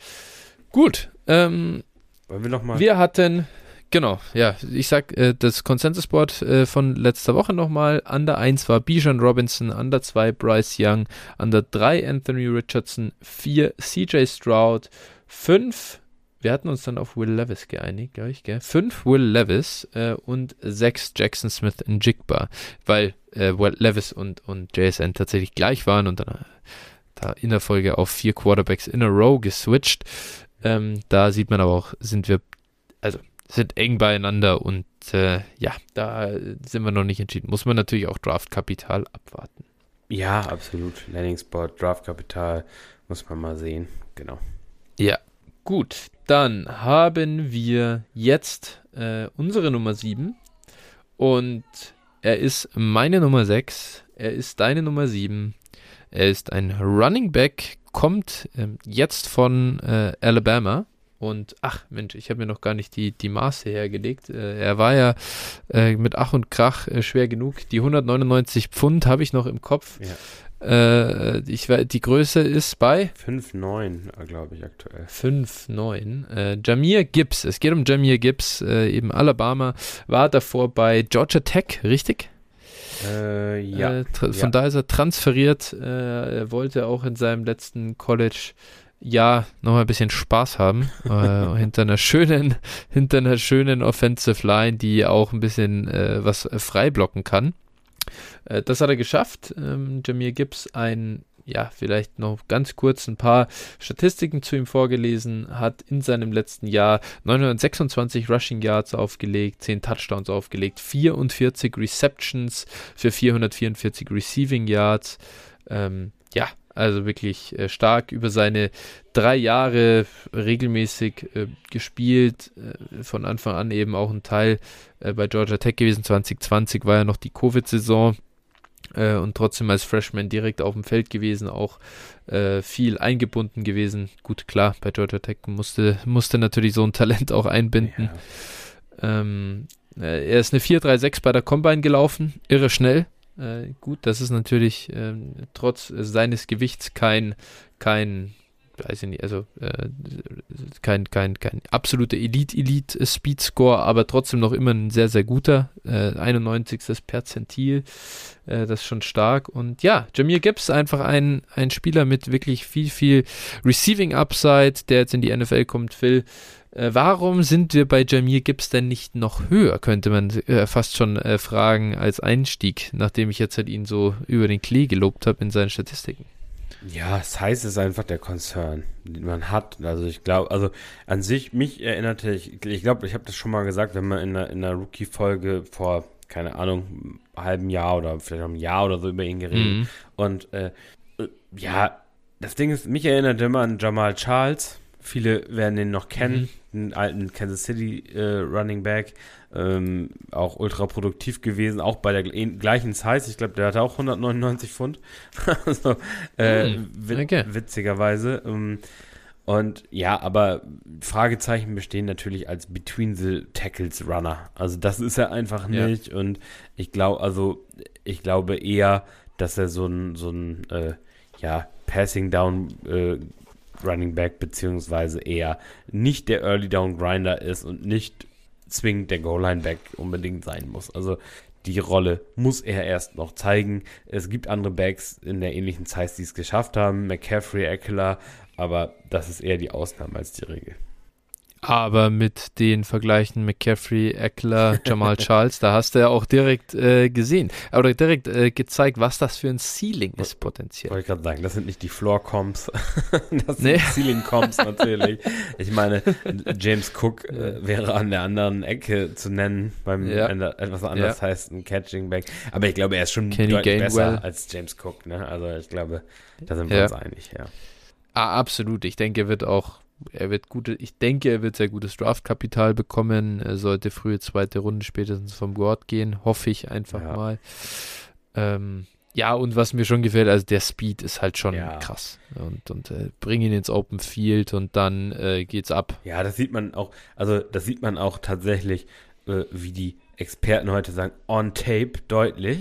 Gut, ähm, Wollen wir nochmal? wir hatten, genau, ja, ich sag äh, das Consensus-Board äh, von letzter Woche nochmal. An der eins war Bijan Robinson, an der zwei Bryce Young, an der drei Anthony Richardson, vier C J Stroud, fünf, wir hatten uns dann auf Will Levis geeinigt, glaube ich, gell? fünf Will Levis äh, und sechs Jackson Smith in Jigba, weil äh, Will Levis und, und J S N tatsächlich gleich waren und dann äh, da in der Folge auf vier Quarterbacks in a row geswitcht. Ähm, da sieht man aber auch, sind wir, also sind eng beieinander und äh, ja, da sind wir noch nicht entschieden. Muss man natürlich auch Draftkapital abwarten. Ja, absolut. Landing-Spot, Draftkapital, muss man mal sehen. Genau. Ja, gut. Dann haben wir jetzt äh, unsere Nummer sieben und er ist meine Nummer sechs, er ist deine Nummer sieben, er ist ein Running Back, kommt ähm, jetzt von äh, Alabama Und ach Mensch, ich habe mir noch gar nicht die, die Maße hergelegt. Äh, er war ja äh, mit Ach und Krach äh, schwer genug. Die hundertneunundneunzig Pfund habe ich noch im Kopf. Ja. Äh, ich, die Größe ist bei fünf neun, glaube ich, aktuell. fünf neun. Äh, Jahmyr Gibbs, es geht um Jahmyr Gibbs, äh, eben Alabama, war davor bei Georgia Tech, richtig? Äh, ja. Äh, tra- von ja. da ist er transferiert. Äh, er wollte auch in seinem letzten College ja nochmal ein bisschen Spaß haben. äh, hinter einer schönen, hinter einer schönen Offensive Line, die auch ein bisschen äh, was äh, frei blocken kann. Äh, das hat er geschafft. Ähm, Jahmyr Gibbs, ein, ja, vielleicht noch ganz kurz ein paar Statistiken zu ihm vorgelesen, hat in seinem letzten Jahr neunhundertsechsundzwanzig Rushing Yards aufgelegt, zehn Touchdowns aufgelegt, vierundvierzig Receptions für vierhundertvierundvierzig Receiving Yards. Ähm, ja, also wirklich äh, stark über seine drei Jahre regelmäßig äh, gespielt, äh, von Anfang an eben auch ein Teil äh, bei Georgia Tech gewesen. zwanzig zwanzig war ja noch die Covid-Saison äh, und trotzdem als Freshman direkt auf dem Feld gewesen, auch äh, viel eingebunden gewesen. Gut, klar, bei Georgia Tech musste, musste natürlich so ein Talent auch einbinden. Ja. Ähm, äh, er ist eine vier drei sechs bei der Combine gelaufen, irre schnell. Äh, gut, das ist natürlich ähm, trotz seines Gewichts kein, kein, weiß ich nicht, also äh, kein, kein, kein absoluter Elite-Elite-Speed-Score, aber trotzdem noch immer ein sehr, sehr guter, äh, einundneunzig. Perzentil, äh, das ist schon stark. Und ja, Jahmyr Gibbs, einfach ein, ein Spieler mit wirklich viel, viel Receiving-Upside, der jetzt in die N F L kommt, Phil. Äh, warum sind wir bei Jahmyr Gibbs denn nicht noch höher, könnte man äh, fast schon äh, fragen, als Einstieg, nachdem ich jetzt halt ihn so über den Klee gelobt habe in seinen Statistiken. Ja, Size ist einfach der Concern, den man hat. Also ich glaube, also an sich, mich erinnerte ich, ich glaube, ich habe das schon mal gesagt, wenn man in einer, in einer Rookie-Folge vor, keine Ahnung, einem halben Jahr oder vielleicht noch einem Jahr oder so über ihn geredet. Mhm. Und äh, ja, das Ding ist, mich erinnert immer an Jamal Charles. Viele werden den noch kennen, mhm. einen alten Kansas City äh, Running Back, ähm, auch ultra produktiv gewesen, auch bei der gleichen Size. Ich glaube, der hatte auch hundertneunundneunzig Pfund. also, äh, mhm. wit- okay. Witzigerweise. Ähm, und ja, aber Fragezeichen bestehen natürlich als Between the Tackles Runner. Also das ist er einfach nicht. Ja. Und ich glaube, also ich glaube eher, dass er so ein, so ein äh, ja, Passing Down äh, Running Back beziehungsweise eher nicht der Early Down Grinder ist und nicht zwingend der Goal-Line Back unbedingt sein muss. Also die Rolle muss er erst noch zeigen. Es gibt andere Backs in der ähnlichen Size, die es geschafft haben, McCaffrey, Eckler, aber das ist eher die Ausnahme als die Regel. Aber mit den Vergleichen McCaffrey, Eckler, Jamal Charles, da hast du ja auch direkt äh, gesehen, oder direkt äh, gezeigt, was das für ein Ceiling ist potenziell. Wollte ich gerade sagen, das sind nicht die Floor-Comps, das sind nee. Ceiling-Comps natürlich. Ich meine, James Cook äh, wäre an der anderen Ecke zu nennen, beim ja. etwas anders ja. heißt ein Catching-Back. Aber ich glaube, er ist schon Kenny deutlich Gainwell. besser als James Cook. Ne? Also ich glaube, da sind wir ja. uns einig. Ja. Ah, absolut. Ich denke, er wird auch Er wird gute, ich denke, er wird sehr gutes Draftkapital bekommen. Er sollte frühe zweite Runde spätestens vom Board gehen, hoffe ich einfach ja. mal. Ähm, ja, und was mir schon gefällt, also der Speed ist halt schon ja. krass. Und, und äh, bring ihn ins Open Field und dann äh, geht's ab. Ja, das sieht man auch, also das sieht man auch tatsächlich, äh, wie die Experten heute sagen, on tape deutlich.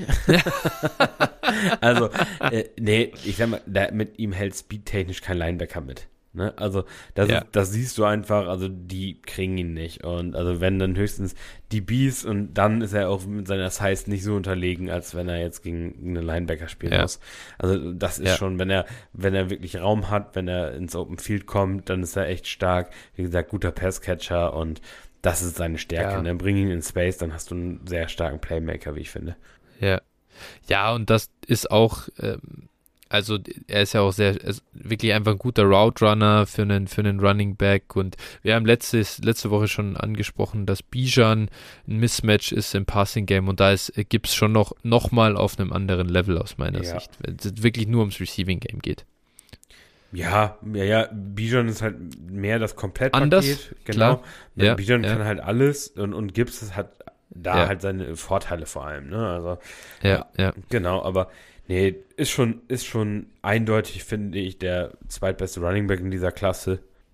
also, äh, nee, ich sag mal, da, mit ihm hält speedtechnisch kein Linebacker mit. Ne? Also das, ja. ist, das siehst du einfach, also die kriegen ihn nicht. Und also wenn dann höchstens die Bs und dann ist er auch mit seiner Size nicht so unterlegen, als wenn er jetzt gegen einen Linebacker spielen ja. muss. Also das ist ja. schon, wenn er, wenn er wirklich Raum hat, wenn er ins Open Field kommt, dann ist er echt stark. Wie gesagt, guter Passcatcher und das ist seine Stärke. Ja. Ne? Bring ihn in Space, dann hast du einen sehr starken Playmaker, wie ich finde. Ja, ja und das ist auch ähm Also er ist ja auch sehr, ist wirklich einfach ein guter Route Runner für einen, für einen Running Back und wir haben letztes, letzte Woche schon angesprochen, dass Bijan ein Mismatch ist im Passing Game und da ist Gibbs schon noch, noch mal auf einem anderen Level aus meiner ja. Sicht, wenn es wirklich nur ums Receiving Game geht. Ja, ja, ja, Bijan ist halt mehr das Komplettpaket. Anders, genau. Ja, Bijan ja. kann halt alles und, und Gibbs hat da ja. halt seine Vorteile vor allem, ne? Also ja, ja, ja. Genau, aber nee, ist schon, ist schon eindeutig, finde ich, der zweitbeste Running Back in dieser Klasse.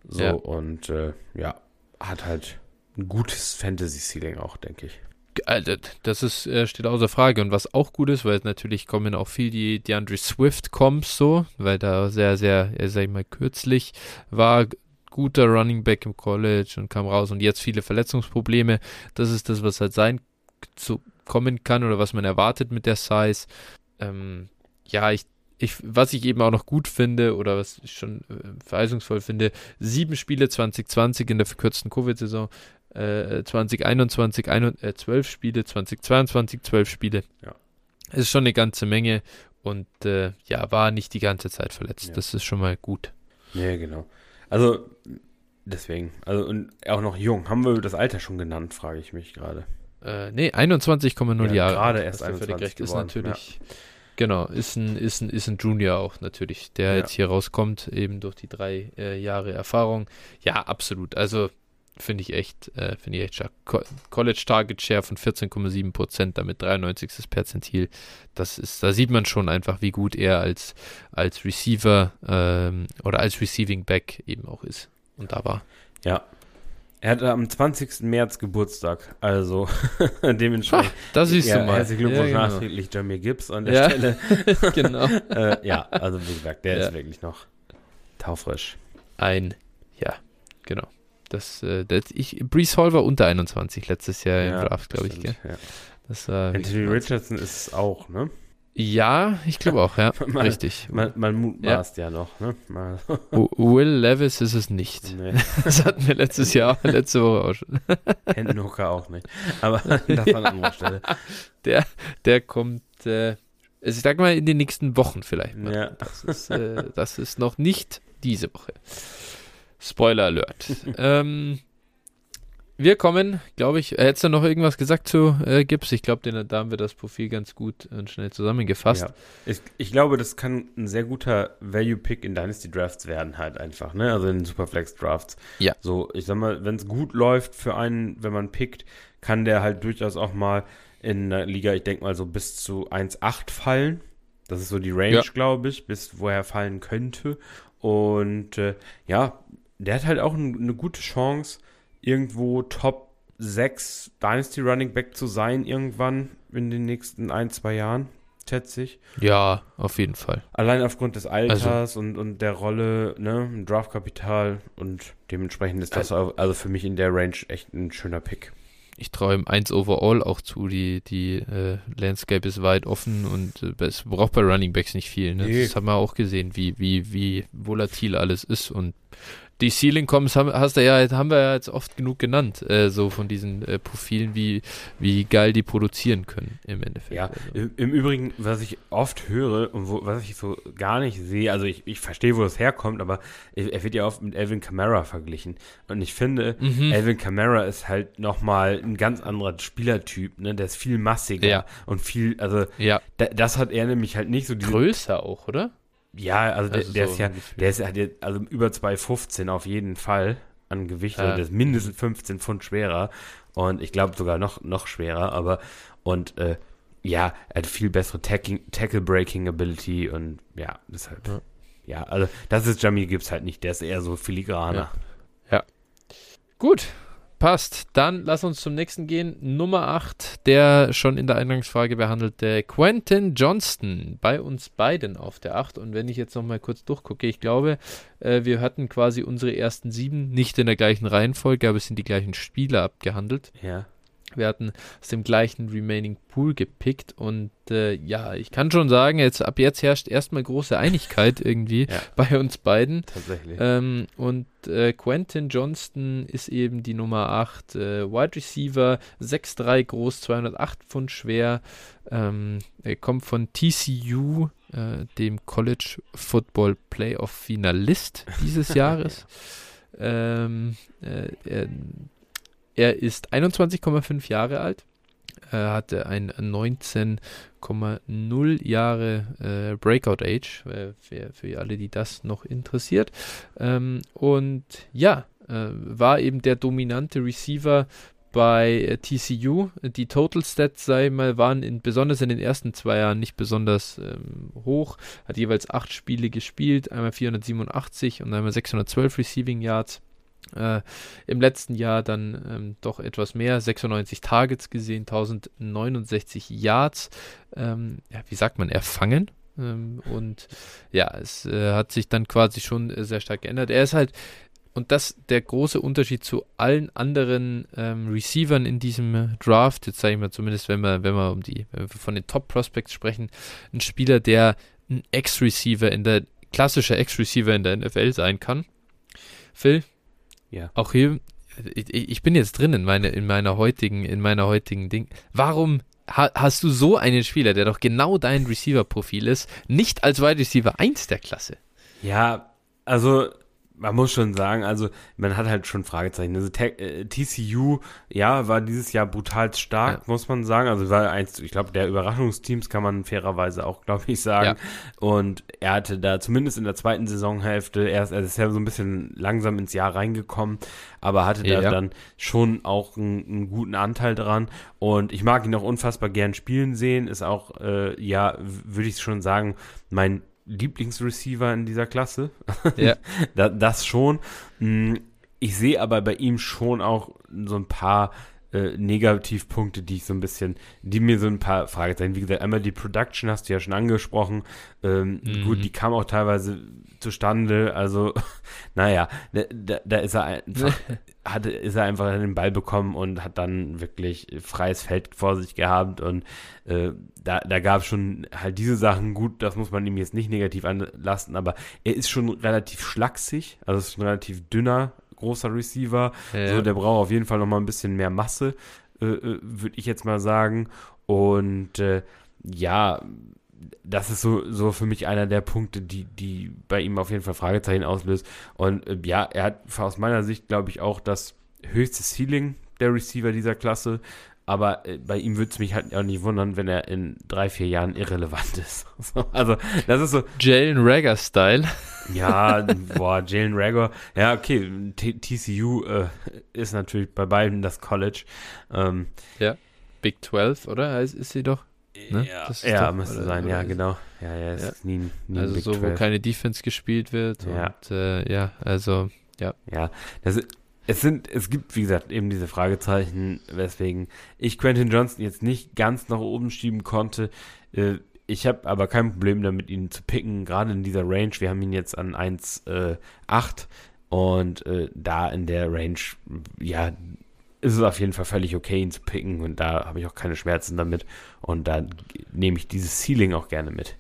So, Ja. und äh, ja, hat halt ein gutes Fantasy-Ceiling auch, denke ich. Also, das ist, äh, steht außer Frage. Und was auch gut ist, weil natürlich kommen auch viel die DeAndre Swift-Comps so, weil da sehr, sehr, äh, sag ich mal, kürzlich war guter Running Back im College und kam raus und jetzt viele Verletzungsprobleme. Das ist das, was halt sein zu kommen kann oder was man erwartet mit der Size. Ähm, ja, ich, ich, was ich eben auch noch gut finde oder was ich schon äh, verheißungsvoll finde, sieben Spiele zwanzig zwanzig in der verkürzten Covid-Saison, äh, zwanzig einundzwanzig, ein, äh, zwölf Spiele, zwanzig zweiundzwanzig, zwölf Spiele. Ja. Es ist schon eine ganze Menge und äh, ja, war nicht die ganze Zeit verletzt. Ja. Das ist schon mal gut. Ja, genau. Also, deswegen. Also, und auch noch jung. Haben wir das Alter schon genannt, frage ich mich gerade. Äh, nee, einundzwanzig Komma null Ja, Jahre. gerade alt, erst hast du völlig einundzwanzig recht. Ist geworden, natürlich, genau, ist ein, ist, ein, ist ein Junior auch natürlich, der Ja. jetzt hier rauskommt, eben durch die drei äh, Jahre Erfahrung. Ja, absolut. Also finde ich echt, äh, finde ich echt stark. Co- College Target Share von vierzehn Komma sieben Prozent, damit dreiundneunzig. Perzentil. Das ist, da sieht man schon einfach, wie gut er als, als Receiver ähm, oder als Receiving Back eben auch ist. Und da war. Ja. Er hatte am zwanzigsten März Geburtstag, also dementsprechend. Ha, da siehst ja, du mal. Herzlichen Glückwunsch Ja, genau. nachträglich Jamir Gibbs an der Ja. Stelle. Genau. äh, ja, also wie gesagt, der Ja. ist wirklich noch taufrisch. Ein, ja, genau. Das, äh, das ich, Breece Hall war unter einundzwanzig letztes Jahr Ja, im Draft, glaube ich, gell? stimmt, ja. Das war Anthony Richardson ist es auch, ne? Ja, ich glaube auch, ja. Mal- Richtig. Man, man mutmaßt ja. ja noch, ne? Mal. W- Will Levis ist es nicht. Nee, Das hatten wir letztes Jahr, letzte Woche auch schon. Hendon Hooker auch nicht. Aber das an anderer Stelle. Der, der kommt, äh, also ich sag mal, in den nächsten Wochen vielleicht mal. Ja. Das ist, äh, das ist noch nicht diese Woche. Spoiler Alert. ähm, wir kommen, glaube ich, äh, hättest du noch irgendwas gesagt zu äh, Gibbs? Ich glaube, da haben wir das Profil ganz gut und schnell zusammengefasst. Ja. Ich, ich glaube, das kann ein sehr guter Value-Pick in Dynasty Drafts werden, halt einfach, ne? Also in Superflex Drafts. Ja. So, ich sag mal, wenn es gut läuft für einen, wenn man pickt, kann der halt durchaus auch mal in einer Liga, ich denke mal, so bis zu eins Komma acht fallen. Das ist so die Range, Ja. glaube ich, bis wo er fallen könnte. Und äh, ja, der hat halt auch ein, eine gute Chance, irgendwo Top sechs Dynasty Running Back zu sein, irgendwann in den nächsten ein, zwei Jahren, schätze ich. Ja, auf jeden Fall. Allein aufgrund des Alters und, und der Rolle, ne, im Draftkapital und dementsprechend ist das also, also für mich in der Range echt ein schöner Pick. Ich traue ihm eins overall auch zu. Die, die äh, Landscape ist weit offen und äh, es braucht bei Running Backs nicht viel. Ne? Nee. Das haben wir auch gesehen, wie, wie, wie volatil alles ist. Und die Ceiling Comps haben, hast du ja, haben wir ja jetzt oft genug genannt, äh, so von diesen äh, Profilen, wie, wie geil die produzieren können im Endeffekt. Ja, Also. im, im Übrigen, was ich oft höre und wo, was ich so gar nicht sehe, also ich, ich verstehe, wo das herkommt, aber er wird ja oft mit Alvin Kamara verglichen. Und ich finde, Mhm. Alvin Kamara ist halt nochmal ein ganz anderer Spielertyp, ne? Der ist viel massiger Ja. und viel, also Ja, da, das hat er nämlich halt nicht so diese. größer auch, oder? Ja, also, der, Also der so ist ja, ein Gefühl. der ist halt jetzt, also über zwei fünfzehn auf jeden Fall an Gewicht, Ja. also der ist mindestens fünfzehn Pfund schwerer und ich glaube sogar noch, noch schwerer, aber und äh, ja, er hat viel bessere Tackling- Tackle-Breaking-Ability und ja, deshalb, Ja. ja, also das ist Jamie Gibbs halt nicht, der ist eher so filigraner. Gut, passt. Dann lass uns zum nächsten gehen. Nummer acht, der schon in der Eingangsfrage behandelte Quentin Johnston, bei uns beiden auf der acht. Und wenn ich jetzt nochmal kurz durchgucke, ich glaube, äh, wir hatten quasi unsere ersten sieben nicht in der gleichen Reihenfolge, aber es sind die gleichen Spieler abgehandelt. Ja. Wir hatten aus dem gleichen Remaining Pool gepickt und äh, ja, ich kann schon sagen, jetzt ab jetzt herrscht erstmal große Einigkeit irgendwie Ja. bei uns beiden. Tatsächlich. Ähm, und äh, Quentin Johnston ist eben die Nummer acht, äh, Wide Receiver, sechs Komma drei groß, zweihundertacht Pfund schwer, ähm, er kommt von T C U, äh, dem College Football Playoff Finalist dieses Jahres. ähm, äh, er, er ist einundzwanzig Komma fünf Jahre alt. Er hatte ein neunzehn Komma null Jahre äh, Breakout Age, äh, für, für alle, die das noch interessiert. Ähm, und ja, äh, war eben der dominante Receiver bei äh, T C U. Die Total Stats, sag ich mal, waren in, besonders in den ersten zwei Jahren nicht besonders ähm, hoch. Hat jeweils acht Spiele gespielt, einmal vierhundertsiebenundachtzig und einmal sechshundertzwölf Receiving Yards. Äh, Im letzten Jahr dann ähm, doch etwas mehr, sechsundneunzig Targets gesehen, tausendneunundsechzig Yards, ähm, ja, wie sagt man, erfangen. Ähm, und ja, es äh, hat sich dann quasi schon äh, sehr stark geändert. Er ist halt, und das der große Unterschied zu allen anderen ähm, Receivern in diesem äh, Draft, jetzt sage ich mal zumindest, wenn wir, wenn wir um die, wenn wir von den Top-Prospects sprechen, ein Spieler, der ein Ex-Receiver in der, klassischer Ex-Receiver in der N F L sein kann. Phil? Ja. Auch hier, ich, ich bin jetzt drin in, meine, in meiner heutigen, in meiner heutigen Ding. Warum ha, hast du so einen Spieler, der doch genau dein Receiver-Profil ist, nicht als Wide Receiver eins der Klasse? Ja, also man muss schon sagen, also man hat halt schon Fragezeichen. Also T- äh, T C U, ja, war dieses Jahr brutal stark, ja. muss man sagen. Also war eins, ich glaube, der Überraschungsteams kann man fairerweise auch, glaube ich, sagen. Ja. Und er hatte da zumindest in der zweiten Saisonhälfte, er ist, er ist ja so ein bisschen langsam ins Jahr reingekommen, aber hatte da ja. dann schon auch einen, einen guten Anteil dran. Und ich mag ihn auch unfassbar gern spielen sehen. Ist auch, äh, ja, würde ich schon sagen, mein Lieblingsreceiver in dieser Klasse. Ja. das, das schon. Ich sehe aber bei ihm schon auch so ein paar äh, Negativpunkte, die ich so ein bisschen, die mir so ein paar Fragezeichen, wie gesagt, einmal die Production hast du ja schon angesprochen. Ähm, mhm. Gut, die kam auch teilweise zustande, also naja, da, da ist er einfach, hatte, ist er einfach den Ball bekommen und hat dann wirklich freies Feld vor sich gehabt und äh, da, da gab es schon halt diese Sachen, gut, das muss man ihm jetzt nicht negativ anlasten, aber er ist schon relativ schlaksig, also ist ein relativ dünner, großer Receiver, ja. So, der braucht auf jeden Fall nochmal ein bisschen mehr Masse, äh, würde ich jetzt mal sagen, und äh, ja, das ist so, so für mich einer der Punkte, die, die bei ihm auf jeden Fall Fragezeichen auslöst. Und äh, ja, er hat aus meiner Sicht, glaube ich, auch das höchste Ceiling der Receiver dieser Klasse. Aber äh, bei ihm würde es mich halt auch nicht wundern, wenn er in drei, vier Jahren irrelevant ist. Also, das ist so. Jalen Reagor-Style. Ja, boah, Jalen Reagor. Ja, okay, T- TCU äh, ist natürlich bei beiden das College. Ähm, ja, Big zwölf, oder? Ist, ist sie doch? Ne? Ja, ja doch, müsste oder, sein, oder ja, genau. Ja, ja, es ja. ist nie, nie also Big so, zwölf. Wo keine Defense gespielt wird. Ja. Und äh, ja, also, ja. Ja, das ist, es sind, es gibt, wie gesagt, eben diese Fragezeichen, weswegen ich Quentin Johnston jetzt nicht ganz nach oben schieben konnte. Äh, ich habe aber kein Problem damit, ihn zu picken, gerade in dieser Range. Wir haben ihn jetzt an eins Komma acht und äh, da in der Range, ja, ist es auf jeden Fall völlig okay, ihn zu picken und da habe ich auch keine Schmerzen damit und da nehme ich dieses Ceiling auch gerne mit.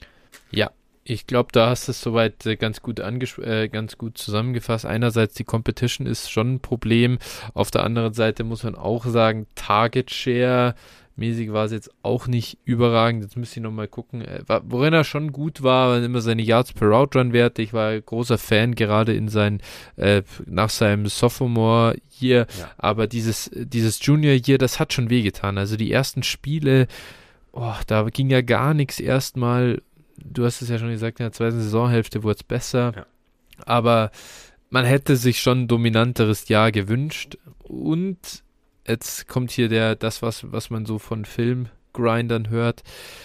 Ja, ich glaube, da hast du es soweit äh, ganz gut anges- äh, ganz gut zusammengefasst. Einerseits die Competition ist schon ein Problem, auf der anderen Seite muss man auch sagen, Target Share mäßig war es jetzt auch nicht überragend. Jetzt müsste ich nochmal gucken. Äh, worin er schon gut war, waren immer seine Yards per Route Run Werte. Ich war großer Fan, gerade in sein, äh, nach seinem Sophomore Year. Ja. Aber dieses, dieses Junior Year, das hat schon wehgetan. Also die ersten Spiele, oh, da ging ja gar nichts erstmal. Du hast es ja schon gesagt, in der zweiten Saisonhälfte wurde es besser. Ja. Aber man hätte sich schon ein dominanteres Jahr gewünscht. Und jetzt kommt hier der, das, was, was man so von Filmgrindern hört.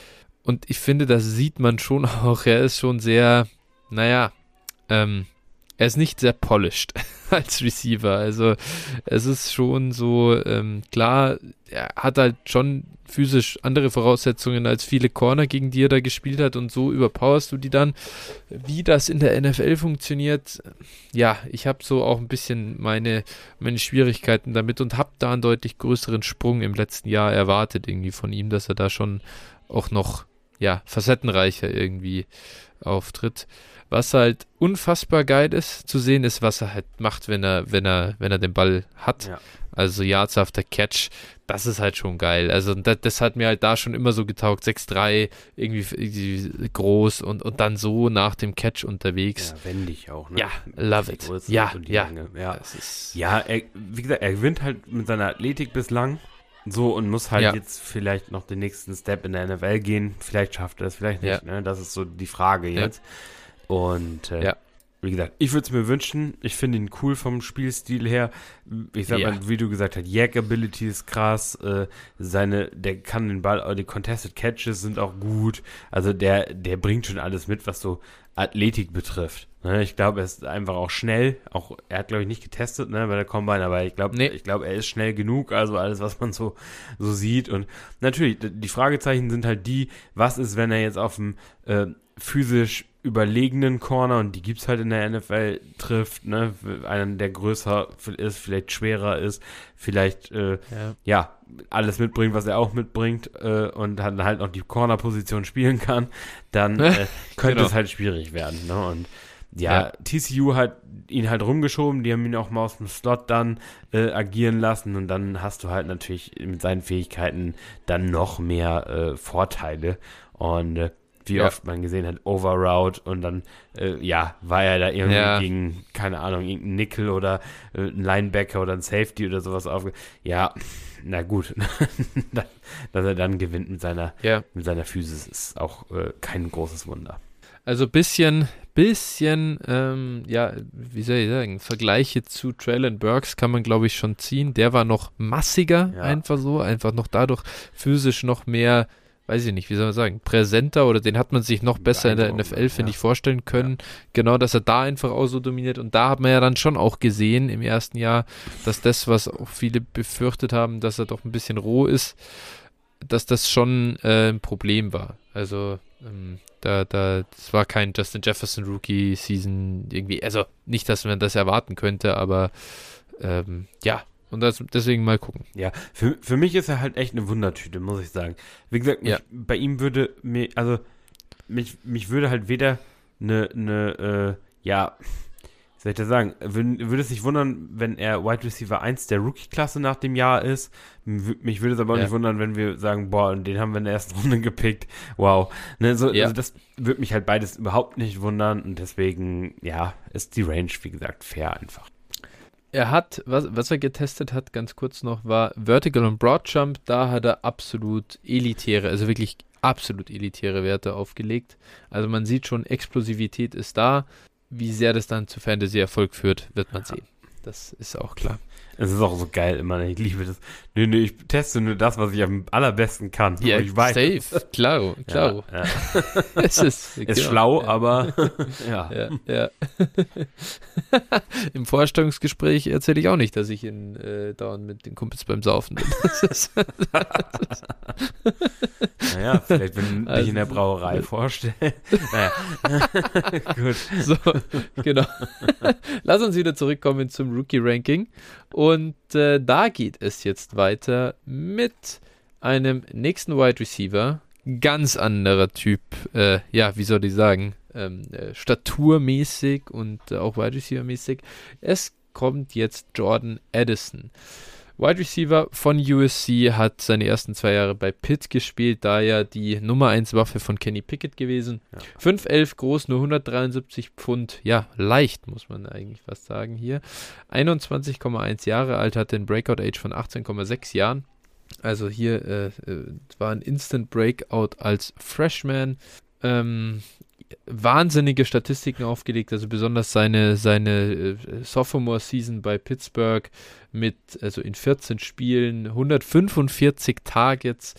Und ich finde, das sieht man schon auch. Er ist schon sehr, naja, ähm, er ist nicht sehr polished als Receiver. Also es ist schon so, ähm, klar, er hat halt schon physisch andere Voraussetzungen als viele Corner, gegen die er da gespielt hat, und so überpowerst du die dann. Wie das in der N F L funktioniert, ja, ich habe so auch ein bisschen meine, meine Schwierigkeiten damit und habe da einen deutlich größeren Sprung im letzten Jahr erwartet irgendwie von ihm, dass er da schon auch noch, ja, facettenreicher irgendwie auftritt. Was halt unfassbar geil ist zu sehen, ist, was er halt macht, wenn er, wenn er, wenn er den Ball hat. Ja. Also Yards after Catch, das ist halt schon geil. Also das, das hat mir halt da schon immer so getaugt. sechs drei, irgendwie, irgendwie groß und, und dann so nach dem Catch unterwegs. Ja, wendig auch, ne? Ja, love it. Ja, ja. Ja, ist ja er, wie gesagt, er gewinnt halt mit seiner Athletik bislang. So, und muss halt ja. jetzt vielleicht noch den nächsten Step in der N F L gehen. Vielleicht schafft er es, vielleicht nicht. Ja. Ne? Das ist so die Frage jetzt. Ja. Und äh, ja. wie gesagt, ich würde es mir wünschen. Ich finde ihn cool vom Spielstil her. Ich sag Ja. mal, wie du gesagt hast, Yak-Ability ist krass. Äh, seine, der kann den Ball, die Contested Catches sind auch gut. Also der, der bringt schon alles mit, was so Athletik betrifft. Ne, ich glaube, er ist einfach auch schnell. Auch er hat, glaube ich, nicht getestet, ne, bei der Combine, aber ich glaube, Nee. ich glaube, er ist schnell genug. Also alles, was man so, so sieht. Und natürlich, die Fragezeichen sind halt die, was ist, wenn er jetzt auf dem äh, physisch überlegenen Corner, und die gibt's halt in der N F L, trifft, ne, einen, der größer ist, vielleicht schwerer ist, vielleicht, äh, Ja. ja, alles mitbringt, was er auch mitbringt, äh, und dann halt auch die Corner-Position spielen kann, dann äh, könnte Genau. es halt schwierig werden, ne, und ja, Ja. T C U hat ihn halt rumgeschoben, die haben ihn auch mal aus dem Slot dann äh, agieren lassen, und dann hast du halt natürlich mit seinen Fähigkeiten dann noch mehr äh, Vorteile, und äh, wie Ja. oft man gesehen hat, Overroute, und dann, äh, ja, war er da irgendwie Ja. gegen, keine Ahnung, irgendein Nickel oder äh, ein Linebacker oder ein Safety oder sowas aufge... Ja, na gut, dass er dann gewinnt mit seiner, Ja. mit seiner Physis, ist auch äh, kein großes Wunder. Also bisschen, bisschen, ähm, ja, wie soll ich sagen, Vergleiche zu Traylon Burks kann man, glaube ich, schon ziehen. Der war noch massiger, Ja. einfach so, einfach noch dadurch physisch noch mehr, weiß ich nicht, wie soll man sagen, präsenter, oder den hat man sich noch besser in der N F L, finde ja. ich, vorstellen können. Genau, dass er da einfach auch so dominiert. Und da hat man ja dann schon auch gesehen im ersten Jahr, dass das, was auch viele befürchtet haben, dass er doch ein bisschen roh ist, dass das schon äh, ein Problem war. Also ähm, da, da, das war kein Justin Jefferson Rookie Season irgendwie, also nicht, dass man das erwarten könnte, aber ähm, ja, und das, deswegen mal gucken. Ja, für, für mich ist er halt echt eine Wundertüte, muss ich sagen. Wie gesagt, mich, Ja. bei ihm würde mir, also mich, mich würde halt weder eine, eine äh, ja, wie soll ich das sagen, würde, würde es nicht wundern, wenn er Wide Receiver eins der Rookie-Klasse nach dem Jahr ist. M- Mich würde es aber auch Ja. nicht wundern, wenn wir sagen, boah, den haben wir in der ersten Runde gepickt. Wow. Ne, so, Ja. Also das würde mich halt beides überhaupt nicht wundern, und deswegen, ja, ist die Range, wie gesagt, fair einfach. Er hat, was, was er getestet hat, ganz kurz noch, war Vertical und Broad Jump. Da hat er absolut elitäre, also wirklich absolut elitäre Werte aufgelegt. Also man sieht schon, Explosivität ist da. Wie sehr das dann zu Fantasy-Erfolg führt, wird man sehen. Das ist auch klar. Es ist auch so geil immer, ich liebe das. Nee, nee, ich teste nur das, was ich am allerbesten kann. Ja, wo ich weiß. safe, klaro, klaro. Ja, ja. Es ist, Ist genau, schlau, ja. aber ja. Ja, ja. Im Vorstellungsgespräch erzähle ich auch nicht, dass ich in äh, dauernd mit den Kumpels beim Saufen bin. Das ist, Naja, vielleicht, wenn du Also, dich in der Brauerei äh, vorstellst. Naja. Gut. so, genau. Lass uns wieder zurückkommen zum Rookie-Ranking. Und äh, da geht es jetzt weiter mit einem nächsten Wide Receiver. Ganz anderer Typ, äh, ja, wie soll ich sagen, ähm, äh, staturmäßig und äh, auch Wide Receiver-mäßig. Es kommt jetzt Jordan Addison. Wide Receiver von U S C, hat seine ersten zwei Jahre bei Pitt gespielt, da ja die Nummer eins Waffe von Kenny Pickett gewesen. Ja. fünf elf groß, nur hundertdreiundsiebzig Pfund, ja, leicht, muss man eigentlich fast sagen hier. einundzwanzig Komma eins Jahre alt, hat den Breakout-Age von achtzehn Komma sechs Jahren. Also hier äh, äh, war ein Instant Breakout als Freshman. Ähm, wahnsinnige Statistiken aufgelegt, also besonders seine, seine äh, Sophomore-Season bei Pittsburgh mit, also in vierzehn Spielen, hundertfünfundvierzig Targets,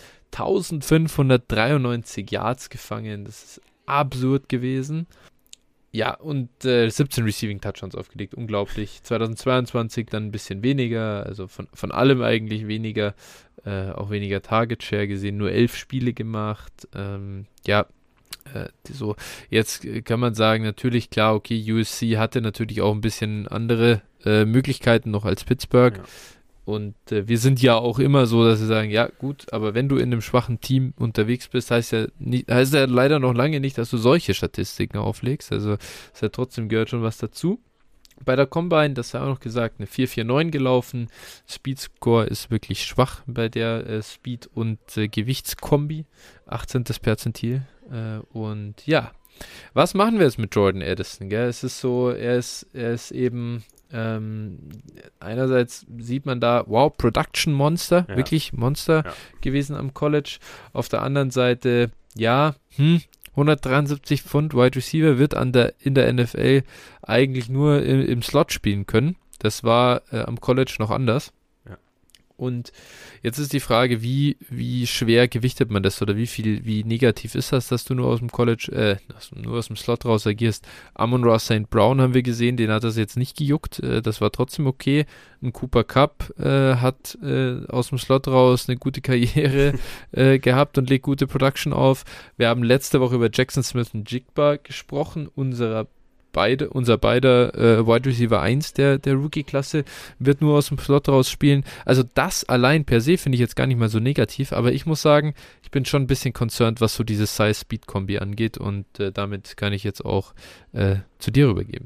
eintausendfünfhundertdreiundneunzig Yards gefangen, das ist absurd gewesen. Ja, und äh, siebzehn Receiving Touchdowns aufgelegt, unglaublich. zweitausendzweiundzwanzig dann ein bisschen weniger, also von, von allem eigentlich weniger, äh, auch weniger Target Share gesehen, nur elf Spiele gemacht. Ähm, ja, äh, die so, jetzt kann man sagen, natürlich, klar, okay, U S C hatte natürlich auch ein bisschen andere äh, Möglichkeiten noch als Pittsburgh. Ja. Und äh, wir sind ja auch immer so, dass wir sagen, ja gut, aber wenn du in einem schwachen Team unterwegs bist, heißt ja, nicht, heißt ja leider noch lange nicht, dass du solche Statistiken auflegst. Also es hat trotzdem gehört schon was dazu. Bei der Combine, das haben wir auch noch gesagt, eine vier vier neun gelaufen. Speedscore ist wirklich schwach bei der äh, Speed- und äh, Gewichtskombi. achtzehntes Perzentil. Äh, und ja, was machen wir jetzt mit Jordan Addison? Gell? Es ist so, er ist, er ist eben Ähm, einerseits sieht man da, wow, Production Monster, Ja. wirklich Monster Ja. gewesen am College. Auf der anderen Seite, ja, hm, hundertdreiundsiebzig Pfund Wide Receiver wird an der, in der N F L eigentlich nur im, im Slot spielen können. Das war äh, am College noch anders. Ja. Und jetzt ist die Frage, wie, wie schwer gewichtet man das oder wie viel, wie negativ ist das, dass du nur aus dem College, äh, nur aus dem Slot raus agierst. Amon-Ra Saint Brown haben wir gesehen, den hat das jetzt nicht gejuckt, äh, das war trotzdem okay. Ein Cooper Kupp äh, hat äh, aus dem Slot raus eine gute Karriere äh, gehabt und legt gute Production auf. Wir haben letzte Woche über Jackson Smith und Jigba gesprochen, unserer Beide, unser beider äh, Wide Receiver eins der, der Rookie-Klasse wird nur aus dem Slot raus spielen. Also das allein per se finde ich jetzt gar nicht mal so negativ, aber ich muss sagen, ich bin schon ein bisschen concerned, was so diese Size-Speed-Kombi angeht und äh, damit kann ich jetzt auch äh, zu dir rübergeben.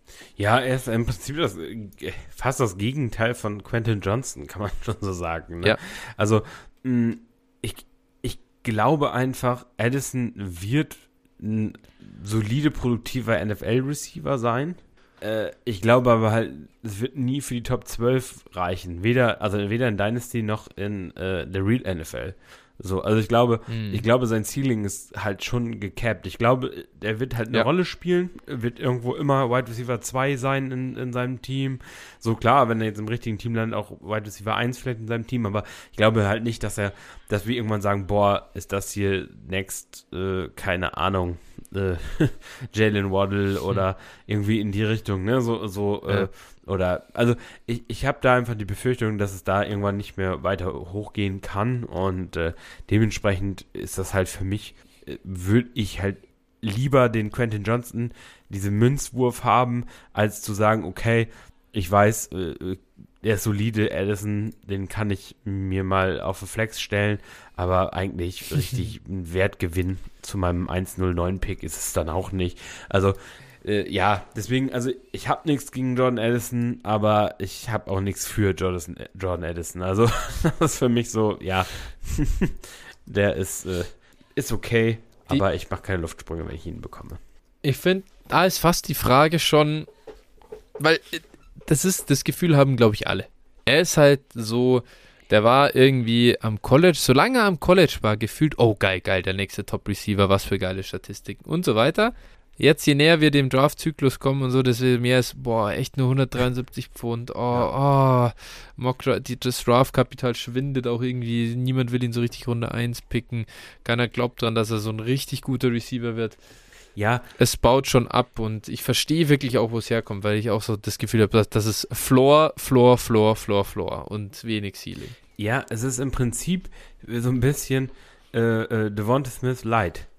Ja, er ist im Prinzip das, fast das Gegenteil von Quentin Johnson, kann man schon so sagen. Ne? Ja. Also mh, ich, ich glaube einfach, Addison wird ein solide, produktiver N F L-Receiver sein. Äh, ich glaube aber halt, es wird nie für die Top zwölf reichen. Weder, also weder in Dynasty noch in äh, der Real N F L. So, also ich glaube, Mhm. ich glaube, sein Ceiling ist halt schon gecapped. Ich glaube, der wird halt eine Ja. Rolle spielen, wird irgendwo immer Wide Receiver zwei sein in, in seinem Team. So klar, wenn er jetzt im richtigen Team landet, auch Wide Receiver eins vielleicht in seinem Team, aber ich glaube halt nicht, dass er, dass wir irgendwann sagen, boah, ist das hier next, äh, keine Ahnung, äh, Jalen Waddle oder irgendwie in die Richtung, ne, so, so, Ja. äh, oder, also ich, ich habe da einfach die Befürchtung, dass es da irgendwann nicht mehr weiter hochgehen kann und äh, dementsprechend ist das halt für mich, äh, würde ich halt lieber den Quentin Johnson, diesen Münzwurf haben, als zu sagen, okay, ich weiß, äh, der ist solide, Addison, den kann ich mir mal auf den Flex stellen, aber eigentlich richtig ein Wertgewinn zu meinem eins null neun Pick ist es dann auch nicht. Also Äh, ja, deswegen, also ich habe nichts gegen Jordan Addison, aber ich habe auch nichts für Jordan, Jordan Addison. Also das ist für mich so, ja, der ist, äh, ist okay, Die- aber ich mache keine Luftsprünge, wenn ich ihn bekomme. Ich finde, da ist fast die Frage schon, weil äh, das ist, das Gefühl haben, glaube ich, alle. Er ist halt so, der war irgendwie am College, solange er am College war, gefühlt, oh geil, geil, der nächste Top-Receiver, was für geile Statistiken und so weiter. Jetzt, je näher wir dem Draft-Zyklus kommen und so, desto mehr ist, boah, echt nur hundertdreiundsiebzig Pfund, oh, oh, Mock, die, das Draft-Kapital schwindet auch irgendwie, niemand will ihn so richtig Runde eins picken, keiner glaubt dran, dass er so ein richtig guter Receiver wird. Ja, Es baut schon ab und ich verstehe wirklich auch, wo es herkommt, weil ich auch so das Gefühl habe, dass das ist Floor, Floor, Floor, Floor, Floor und wenig Ceiling. ja, es ist im Prinzip so ein bisschen äh, äh, Devonta Smith Light.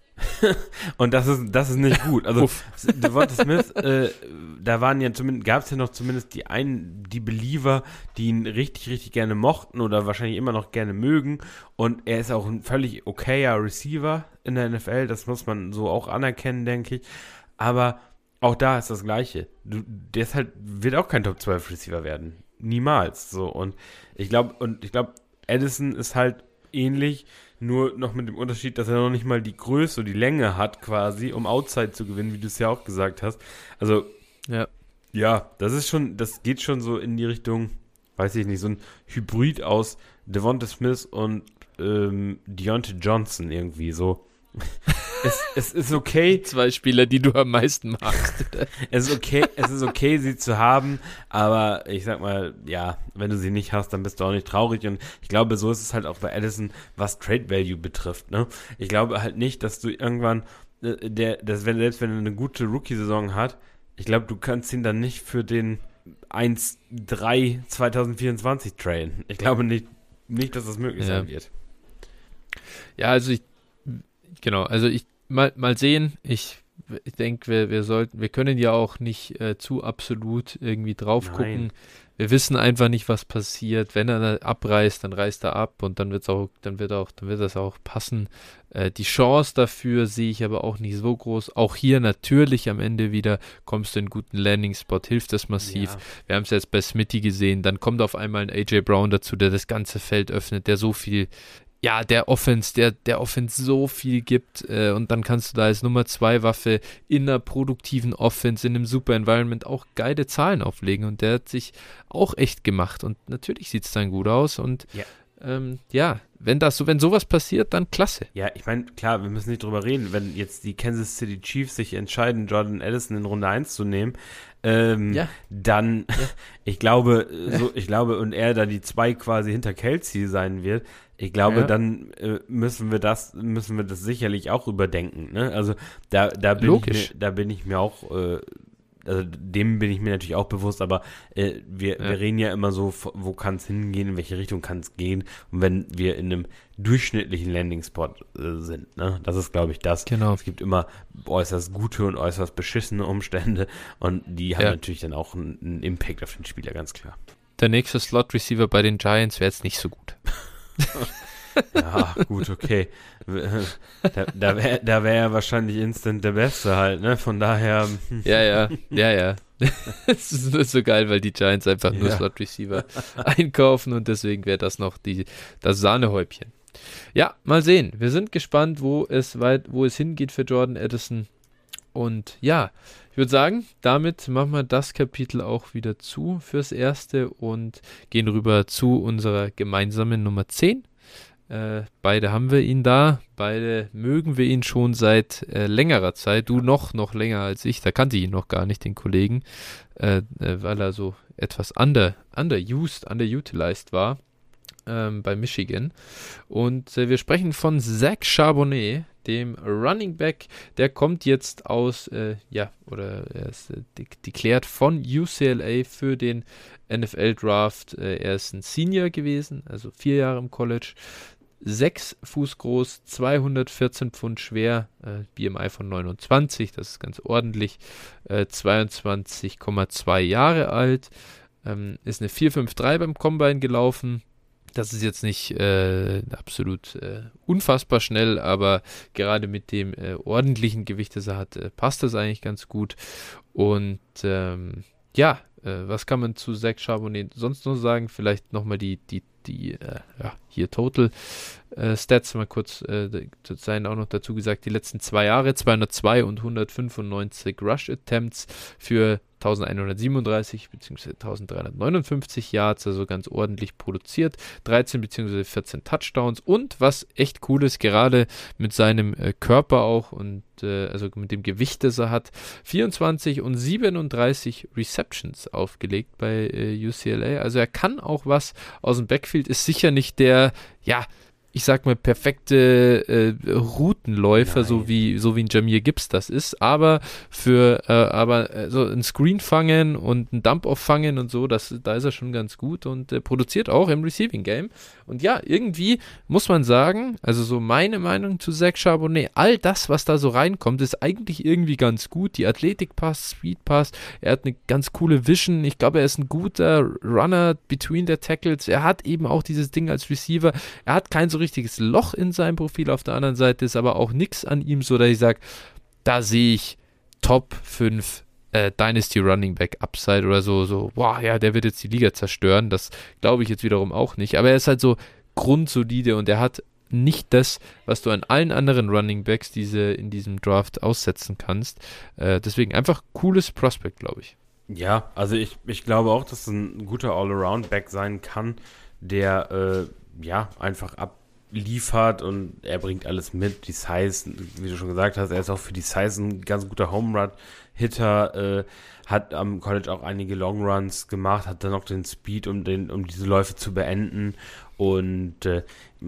Und das ist, das ist nicht gut. Also Uff. Devonta Smith, äh, da waren ja zumindest, gab es ja noch zumindest die einen, die Believer, die ihn richtig, richtig gerne mochten oder wahrscheinlich immer noch gerne mögen. Und er ist auch ein völlig okayer Receiver in der N F L. Das muss man so auch anerkennen, denke ich. Aber auch da ist das Gleiche. Du, der ist halt, wird auch kein Top zwölf Receiver werden. Niemals. So. Und ich glaube, und ich glaube, Addison ist halt ähnlich, nur noch mit dem Unterschied, dass er noch nicht mal die Größe, die Länge hat quasi, um Outside zu gewinnen, wie du es ja auch gesagt hast. Also, Ja. ja, das ist schon, das geht schon so in die Richtung, weiß ich nicht, so ein Hybrid aus Devonta Smith und ähm, Deontay Johnson irgendwie so. es, es ist okay, Zwei Spieler, die du am meisten magst. es ist okay, es ist okay, sie zu haben, aber ich sag mal, ja, wenn du sie nicht hast, dann bist du auch nicht traurig und ich glaube, so ist es halt auch bei Addison, was Trade Value betrifft, ne? Ich glaube halt nicht, dass du irgendwann, äh, der, das, wenn, selbst wenn er eine gute Rookie-Saison hat, ich glaube, du kannst ihn dann nicht für den eins drei zwanzig vierundzwanzig traden. Ich glaube nicht, nicht, dass das möglich Ja. sein wird. Ja, also ich, genau, also ich, mal, mal sehen, ich, ich denke, wir, wir sollten, wir können ja auch nicht äh, zu absolut irgendwie drauf gucken. Nein. Wir wissen einfach nicht, was passiert. Wenn er abreißt, dann reißt er ab und dann wird's auch, dann wird auch, dann wird das auch passen. Äh, die Chance dafür sehe ich aber auch nicht so groß. Auch hier natürlich am Ende wieder kommst du in einen guten Landing-Spot, hilft das massiv. Ja. Wir haben es jetzt bei Smitty gesehen, dann kommt auf einmal ein A J Brown dazu, der das ganze Feld öffnet, der so viel, ja, der Offense, der, der Offense so viel gibt äh, und dann kannst du da als Nummer zwei Waffe in einer produktiven Offense, in einem super Environment auch geile Zahlen auflegen und der hat sich auch echt gemacht und natürlich sieht es dann gut aus und Ja. ähm, ja, wenn das so, wenn sowas passiert, dann klasse. Ja, ich meine, klar, wir müssen nicht drüber reden, wenn jetzt die Kansas City Chiefs sich entscheiden, Jordan Addison in Runde eins zu nehmen, ähm, ja. dann, ja. ich glaube, so, ich glaube, und er dann die zwei quasi hinter Kelce sein wird, ich glaube, ja. dann äh, müssen wir das, müssen wir das sicherlich auch überdenken, ne? Also da, da bin Logisch. ich mir, da bin ich mir auch, äh, also dem bin ich mir natürlich auch bewusst, aber äh, wir, ja. wir reden ja immer so, wo kann es hingehen, in welche Richtung kann es gehen, und wenn wir in einem durchschnittlichen Landing-Spot äh, sind, ne? Das ist, glaube ich, das. Genau. Es gibt immer äußerst gute und äußerst beschissene Umstände, und die haben ja. natürlich dann auch einen, einen Impact auf den Spieler, ganz klar. Der nächste Slot-Receiver bei den Giants wäre jetzt nicht so gut. Ja, gut, okay. Da, da wäre da wär er wahrscheinlich instant der Beste halt, ne? Von daher. Ja, ja, ja, ja. Es ist nur so geil, weil die Giants einfach nur ja. Slot-Receiver einkaufen, und deswegen wäre das noch die, das Sahnehäubchen. Ja, mal sehen. Wir sind gespannt, wo es weit, wo es hingeht für Jordan Addison. Und ja, ich würde sagen, damit machen wir das Kapitel auch wieder zu fürs Erste und gehen rüber zu unserer gemeinsamen Nummer zehn. Äh, beide haben wir ihn da, beide mögen wir ihn schon seit äh, längerer Zeit. Du noch, noch länger als ich, da kannte ich ihn noch gar nicht, den Kollegen, äh, äh, weil er so etwas under, underused, underutilized war ähm, bei Michigan. Und äh, wir sprechen von Zach Charbonnet, dem Running Back, der kommt jetzt aus, äh, ja, oder er ist äh, de- deklärt von U C L A für den N F L-Draft. Äh, er ist ein Senior gewesen, also vier Jahre im College, sechs Fuß groß, zweihundertvierzehn Pfund schwer, äh, B M I von neunundzwanzig, das ist ganz ordentlich, äh, zweiundzwanzig Komma zwei Jahre alt, ähm, ist eine vier fünf drei beim Combine gelaufen. Das ist jetzt nicht äh, absolut äh, unfassbar schnell, aber gerade mit dem äh, ordentlichen Gewicht, das er hat, äh, passt das eigentlich ganz gut. Und ähm, ja, äh, was kann man zu Zach Charbonnet sonst noch sagen? Vielleicht nochmal die, die, die äh, ja, hier Total äh, Stats mal kurz äh, seien auch noch dazu gesagt, die letzten zwei Jahre, zweihundertzwei und hundertfünfundneunzig Rush Attempts für elfhundertsiebenunddreißig bzw. dreizehnhundertneunundfünfzig Yards, also ganz ordentlich produziert, dreizehn bzw. vierzehn Touchdowns, und was echt cool ist, gerade mit seinem äh, Körper auch und äh, also mit dem Gewicht, das er hat, vierundzwanzig und siebenunddreißig Receptions aufgelegt bei äh, U C L A, also er kann auch was aus dem Backfield, ist sicher nicht der, ja, ich sag mal, perfekte äh, Routenläufer, so wie, so wie ein Jahmyr Gibbs das ist, aber für äh, aber äh, so ein Screen fangen und ein Dump-Off fangen und so, das, da ist er schon ganz gut und äh, produziert auch im Receiving Game. Und ja, irgendwie muss man sagen, also so meine Meinung zu Zach Charbonnet, all das, was da so reinkommt, ist eigentlich irgendwie ganz gut. Die Athletik passt, Speed passt, er hat eine ganz coole Vision, ich glaube, er ist ein guter Runner between the Tackles, er hat eben auch dieses Ding als Receiver, er hat kein so richtiges Loch in seinem Profil, auf der anderen Seite ist aber auch nichts an ihm so, dass ich sage, da sehe ich Top fünf äh, Dynasty Running Back Upside oder so, so, boah, ja, der wird jetzt die Liga zerstören, das glaube ich jetzt wiederum auch nicht, aber er ist halt so grundsolide und er hat nicht das, was du an allen anderen Running Backs diese in diesem Draft aussetzen kannst, äh, deswegen einfach cooles Prospect, glaube ich. Ja, also ich, ich glaube auch, dass es ein guter All-Around-Back sein kann, der äh, ja einfach abliefert und er bringt alles mit. Die Size, wie du schon gesagt hast, er ist auch für die Size ein ganz guter Home-Run-Hitter, äh, hat am College auch einige Long-Runs gemacht, hat dann auch den Speed, um, den, um diese Läufe zu beenden und äh,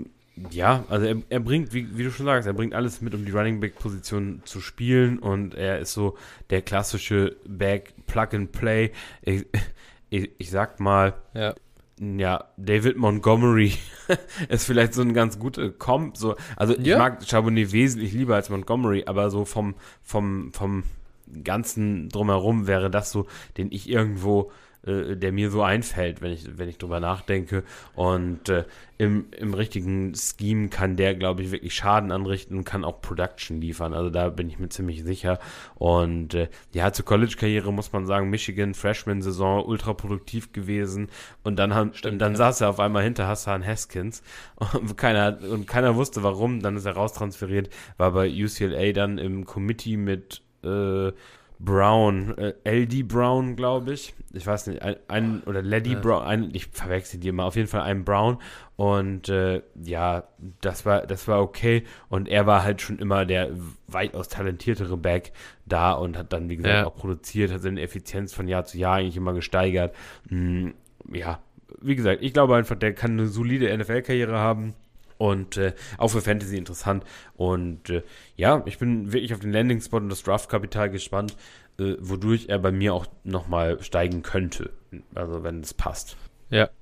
ja, also er, er bringt, wie, wie du schon sagst, er bringt alles mit, um die Running-Back-Position zu spielen und er ist so der klassische Back Plug-and-Play. Ich, ich, ich sag mal, ja. Ja, David Montgomery ist vielleicht so ein ganz guter Comp. So, also ich ja. mag Charbonnet wesentlich lieber als Montgomery, aber so vom, vom, vom Ganzen drumherum wäre das so, den ich irgendwo, äh, der mir so einfällt, wenn ich, wenn ich drüber nachdenke. Und äh, im, im richtigen Scheme kann der, glaube ich, wirklich Schaden anrichten und kann auch Production liefern. Also da bin ich mir ziemlich sicher. Und äh, ja, zur College-Karriere muss man sagen, Michigan, Freshman-Saison, ultra produktiv gewesen. Und dann, haben, Stimmt, dann ja. saß er auf einmal hinter Hassan Haskins. Und keiner, und keiner wusste, warum. Dann ist er raustransferiert, war bei U C L A dann im Committee mit äh, Brown, äh, L D Brown, glaube ich. Ich weiß nicht, ein, ein oder Lady ja. Brown, ein, ich verwechsel die immer, auf jeden Fall einen Brown. Und äh, ja, das war, das war okay. Und er war halt schon immer der weitaus talentiertere Back da und hat dann, wie gesagt, ja. auch produziert, hat seine Effizienz von Jahr zu Jahr eigentlich immer gesteigert. Hm, ja, wie gesagt, ich glaube einfach, der kann eine solide N F L-Karriere haben. Und äh, auch für Fantasy interessant. Und äh, ja, ich bin wirklich auf den Landing-Spot und das Draft-Kapital gespannt, äh, wodurch er bei mir auch nochmal steigen könnte. Also wenn es passt. Ja.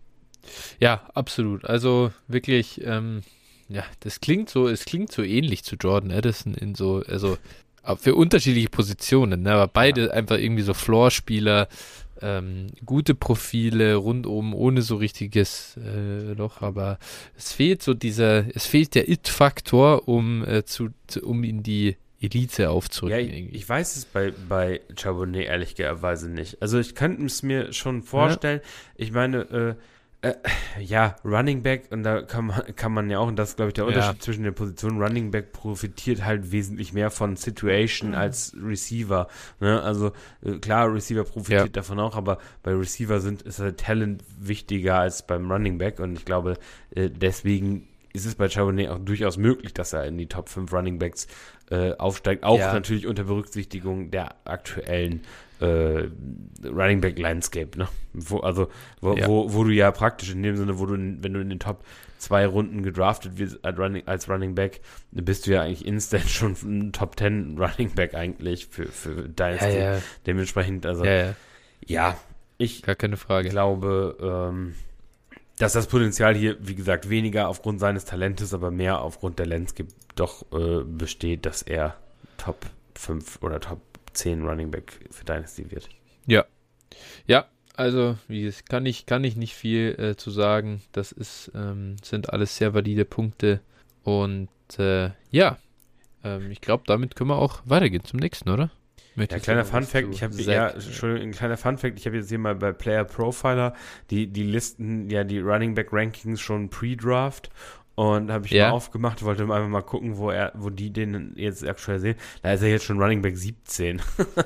Ja, absolut. Also wirklich, ähm, ja, das klingt so, es klingt so ähnlich zu Jordan Addison in so, also für unterschiedliche Positionen, ne? Aber beide ja. einfach irgendwie so Floor-Spieler, Ähm, gute Profile rundum, ohne so richtiges äh, Loch, aber es fehlt so dieser, es fehlt der It-Faktor, um äh, zu, zu, um in die Elite aufzurücken. Ja, ich, ich weiß es bei, bei Charbonnet ehrlicherweise nicht. Also ich könnte es mir schon vorstellen. Ja. Ich meine, äh, äh, ja, Running Back, und da kann man, kann man ja auch, und das ist, glaube ich, der Unterschied ja. zwischen den Positionen, Running Back profitiert halt wesentlich mehr von Situation mhm. als Receiver. Ne? Also äh, klar, Receiver profitiert ja. davon auch, aber bei Receiver sind, ist halt Talent wichtiger als beim Running Back, und ich glaube, äh, deswegen ist es bei Charbonnet auch durchaus möglich, dass er in die Top fünf Running Backs äh, aufsteigt, auch ja. natürlich unter Berücksichtigung der aktuellen äh, Running Back Landscape, ne? Wo, also, wo, ja. wo, wo du ja praktisch in dem Sinne, wo du, in, wenn du in den Top zwei Runden gedraftet wirst als Running, als Running Back, bist du ja eigentlich instant schon ein Top zehn Running Back eigentlich für, für Dynasty. Ja, ja. Dementsprechend, also, ja, ja. ja, ich Gar keine Frage. glaube, ähm, dass das Potenzial hier, wie gesagt, weniger aufgrund seines Talentes, aber mehr aufgrund der Landscape doch äh, besteht, dass er Top fünf oder Top zehn Running Back für Dynasty wird. Ja. Ja, also wie es kann ich, kann ich nicht viel äh, zu sagen. Das ist, ähm, sind alles sehr valide Punkte. Und äh, ja, ähm, ich glaube, damit können wir auch weitergehen zum nächsten, oder? Ja, kleiner Fun-Fact, ich habe ja, Entschuldigung, ein kleiner Fun-Fact, ich habe jetzt hier mal bei Player Profiler die, die Listen, ja, die Running Back Rankings schon pre-Draft, und habe ich ja. mal aufgemacht, wollte einfach mal gucken, wo er, wo die den jetzt aktuell sehen. Da ist er jetzt schon Running Back siebzehn.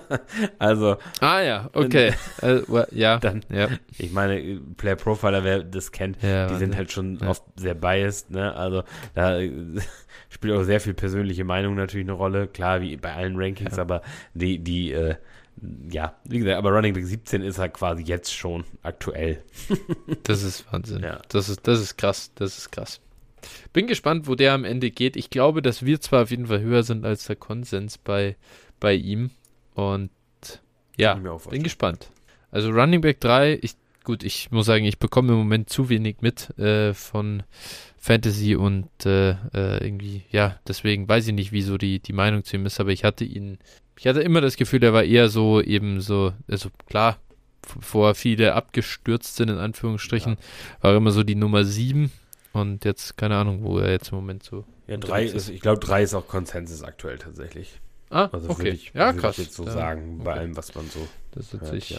Also. Ah ja, okay. uh, ja. Dann, ja. Ich meine, Player Profiler, wer das kennt, ja, die sind halt schon ja. oft sehr biased, ne? Also da spielt auch sehr viel persönliche Meinung natürlich eine Rolle, klar, wie bei allen Rankings, ja. aber die, die, äh, ja, wie gesagt, aber Running Back siebzehn ist halt quasi jetzt schon aktuell. Das ist Wahnsinn. Ja. Das ist, das ist krass, das ist krass. Bin gespannt, wo der am Ende geht. Ich glaube, dass wir zwar auf jeden Fall höher sind als der Konsens bei, bei ihm. Und ja, bin gespannt. Also Running Back drei, ich, gut, ich muss sagen, ich bekomme im Moment zu wenig mit äh, von Fantasy und äh, äh, irgendwie, ja, deswegen weiß ich nicht, wieso die, die Meinung zu ihm ist, aber ich hatte ihn, ich hatte immer das Gefühl, der war eher so eben so, also klar, bevor viele abgestürzt sind, in Anführungsstrichen, ja. war immer so die Nummer sieben. Und jetzt, keine Ahnung, wo er jetzt im Moment so. Ja, drei ist, ich glaube, drei ist auch Konsensus aktuell tatsächlich. Ah, also okay. Würde ich, ja, würde krass. ich jetzt so ja, sagen, okay. bei allem, was man so. Das ist sich. Ja.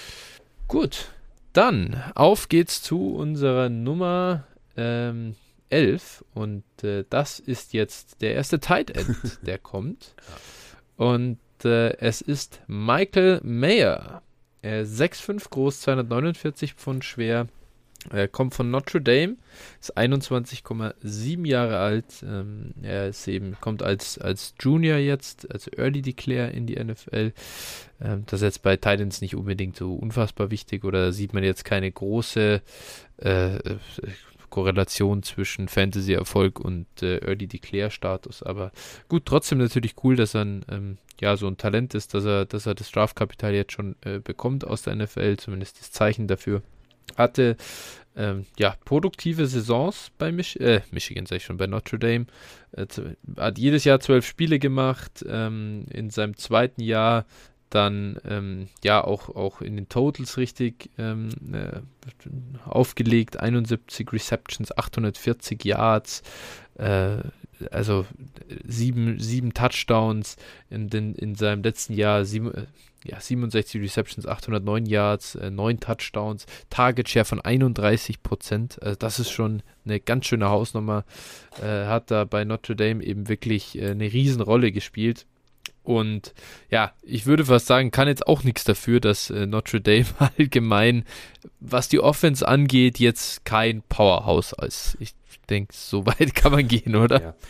Gut. Dann, auf geht's zu unserer Nummer ähm, elf. Und äh, das ist jetzt der erste Tight End, der kommt. Ja. Und äh, es ist Michael Mayer. Er ist sechs Komma fünf groß, zweihundertneunundvierzig Pfund schwer. Er kommt von Notre Dame, ist einundzwanzig Komma sieben Jahre alt. Ähm, er ist eben, kommt als, als Junior jetzt, als Early Declare in die N F L. Ähm, das ist jetzt bei Titans nicht unbedingt so unfassbar wichtig, oder sieht man jetzt keine große äh, Korrelation zwischen Fantasy-Erfolg und äh, Early Declare-Status. Aber gut, trotzdem natürlich cool, dass er ein, ähm, ja, so ein Talent ist, dass er, dass er das Draftkapital jetzt schon äh, bekommt aus der N F L, zumindest das Zeichen dafür. Hatte ähm, ja produktive Saisons bei Mich- äh, Michigan, sag ich schon, bei Notre Dame. Äh, hat jedes Jahr zwölf Spiele gemacht. Ähm, in seinem zweiten Jahr dann ähm, ja auch, auch in den Totals richtig ähm, äh, aufgelegt. einundsiebzig Receptions, achthundertvierzig Yards, äh, also sieben, sieben Touchdowns in, den, in seinem letzten Jahr, sieben, ja, siebenundsechzig Receptions, achthundertneun Yards, äh, neun Touchdowns, Target Share von einunddreißig Prozent. Also das ist schon eine ganz schöne Hausnummer. Äh, hat da bei Notre Dame eben wirklich äh, eine Riesenrolle gespielt. Und ja, ich würde fast sagen, kann jetzt auch nichts dafür, dass äh, Notre Dame allgemein, was die Offense angeht, jetzt kein Powerhouse ist. Ich denke, so weit kann man gehen, oder? Ja.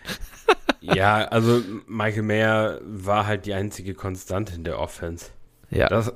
Ja, also Michael Mayer war halt die einzige Konstante in der Offense. Ja. Das,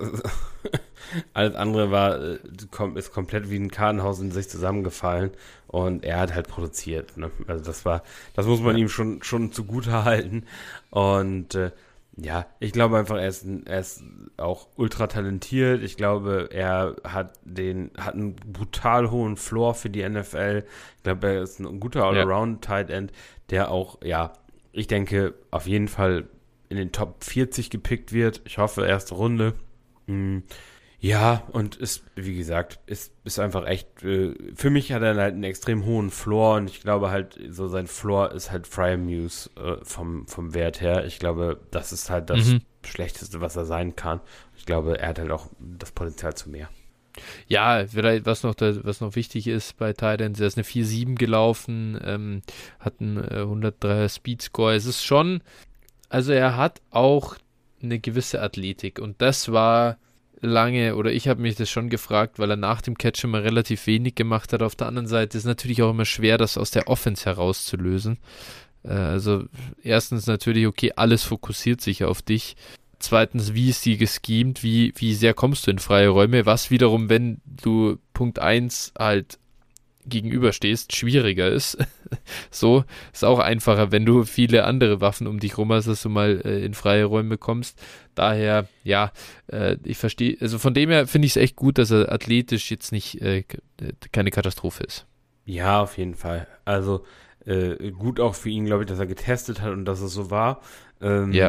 alles andere war, ist komplett wie ein Kartenhaus in sich zusammengefallen und er hat halt produziert. Ne? Also das war, das muss man ja. ihm schon, schon zugute halten. Und äh, ja, ich glaube einfach, er ist, er ist auch ultra talentiert. Ich glaube, er hat den, hat einen brutal hohen Floor für die N F L. Ich glaube, er ist ein guter All-Around-Tight End, der auch, ja, ich denke, auf jeden Fall in den Top vierzig gepickt wird. Ich hoffe, erste Runde. Mhm. Ja, und ist, wie gesagt, ist, ist einfach echt, äh, für mich hat er halt einen extrem hohen Floor und ich glaube halt, so sein Floor ist halt Freiermuth äh, vom, vom Wert her. Ich glaube, das ist halt das mhm. Schlechteste, was er sein kann. Ich glaube, er hat halt auch das Potenzial zu mehr. Ja, vielleicht, was noch, da, was noch wichtig ist bei Tight Ends, er ist eine vier sieben gelaufen, ähm, hat einen äh, hundertdreier Speedscore. Es ist schon, also er hat auch eine gewisse Athletik und das war lange, oder ich habe mich das schon gefragt, weil er nach dem Catch immer relativ wenig gemacht hat. Auf der anderen Seite ist es natürlich auch immer schwer, das aus der Offense herauszulösen. Äh, also erstens natürlich, okay, alles fokussiert sich auf dich. Zweitens, wie ist die geschemt, wie, wie sehr kommst du in freie Räume, was wiederum, wenn du Punkt eins halt gegenüberstehst, schwieriger ist. So, ist auch einfacher, wenn du viele andere Waffen um dich rum hast, dass du mal äh, in freie Räume kommst. Daher, ja, äh, ich verstehe, also von dem her finde ich es echt gut, dass er athletisch jetzt nicht äh, keine Katastrophe ist. Ja, auf jeden Fall. Also äh, gut auch für ihn, glaube ich, dass er getestet hat und dass es so war. Ähm, ja.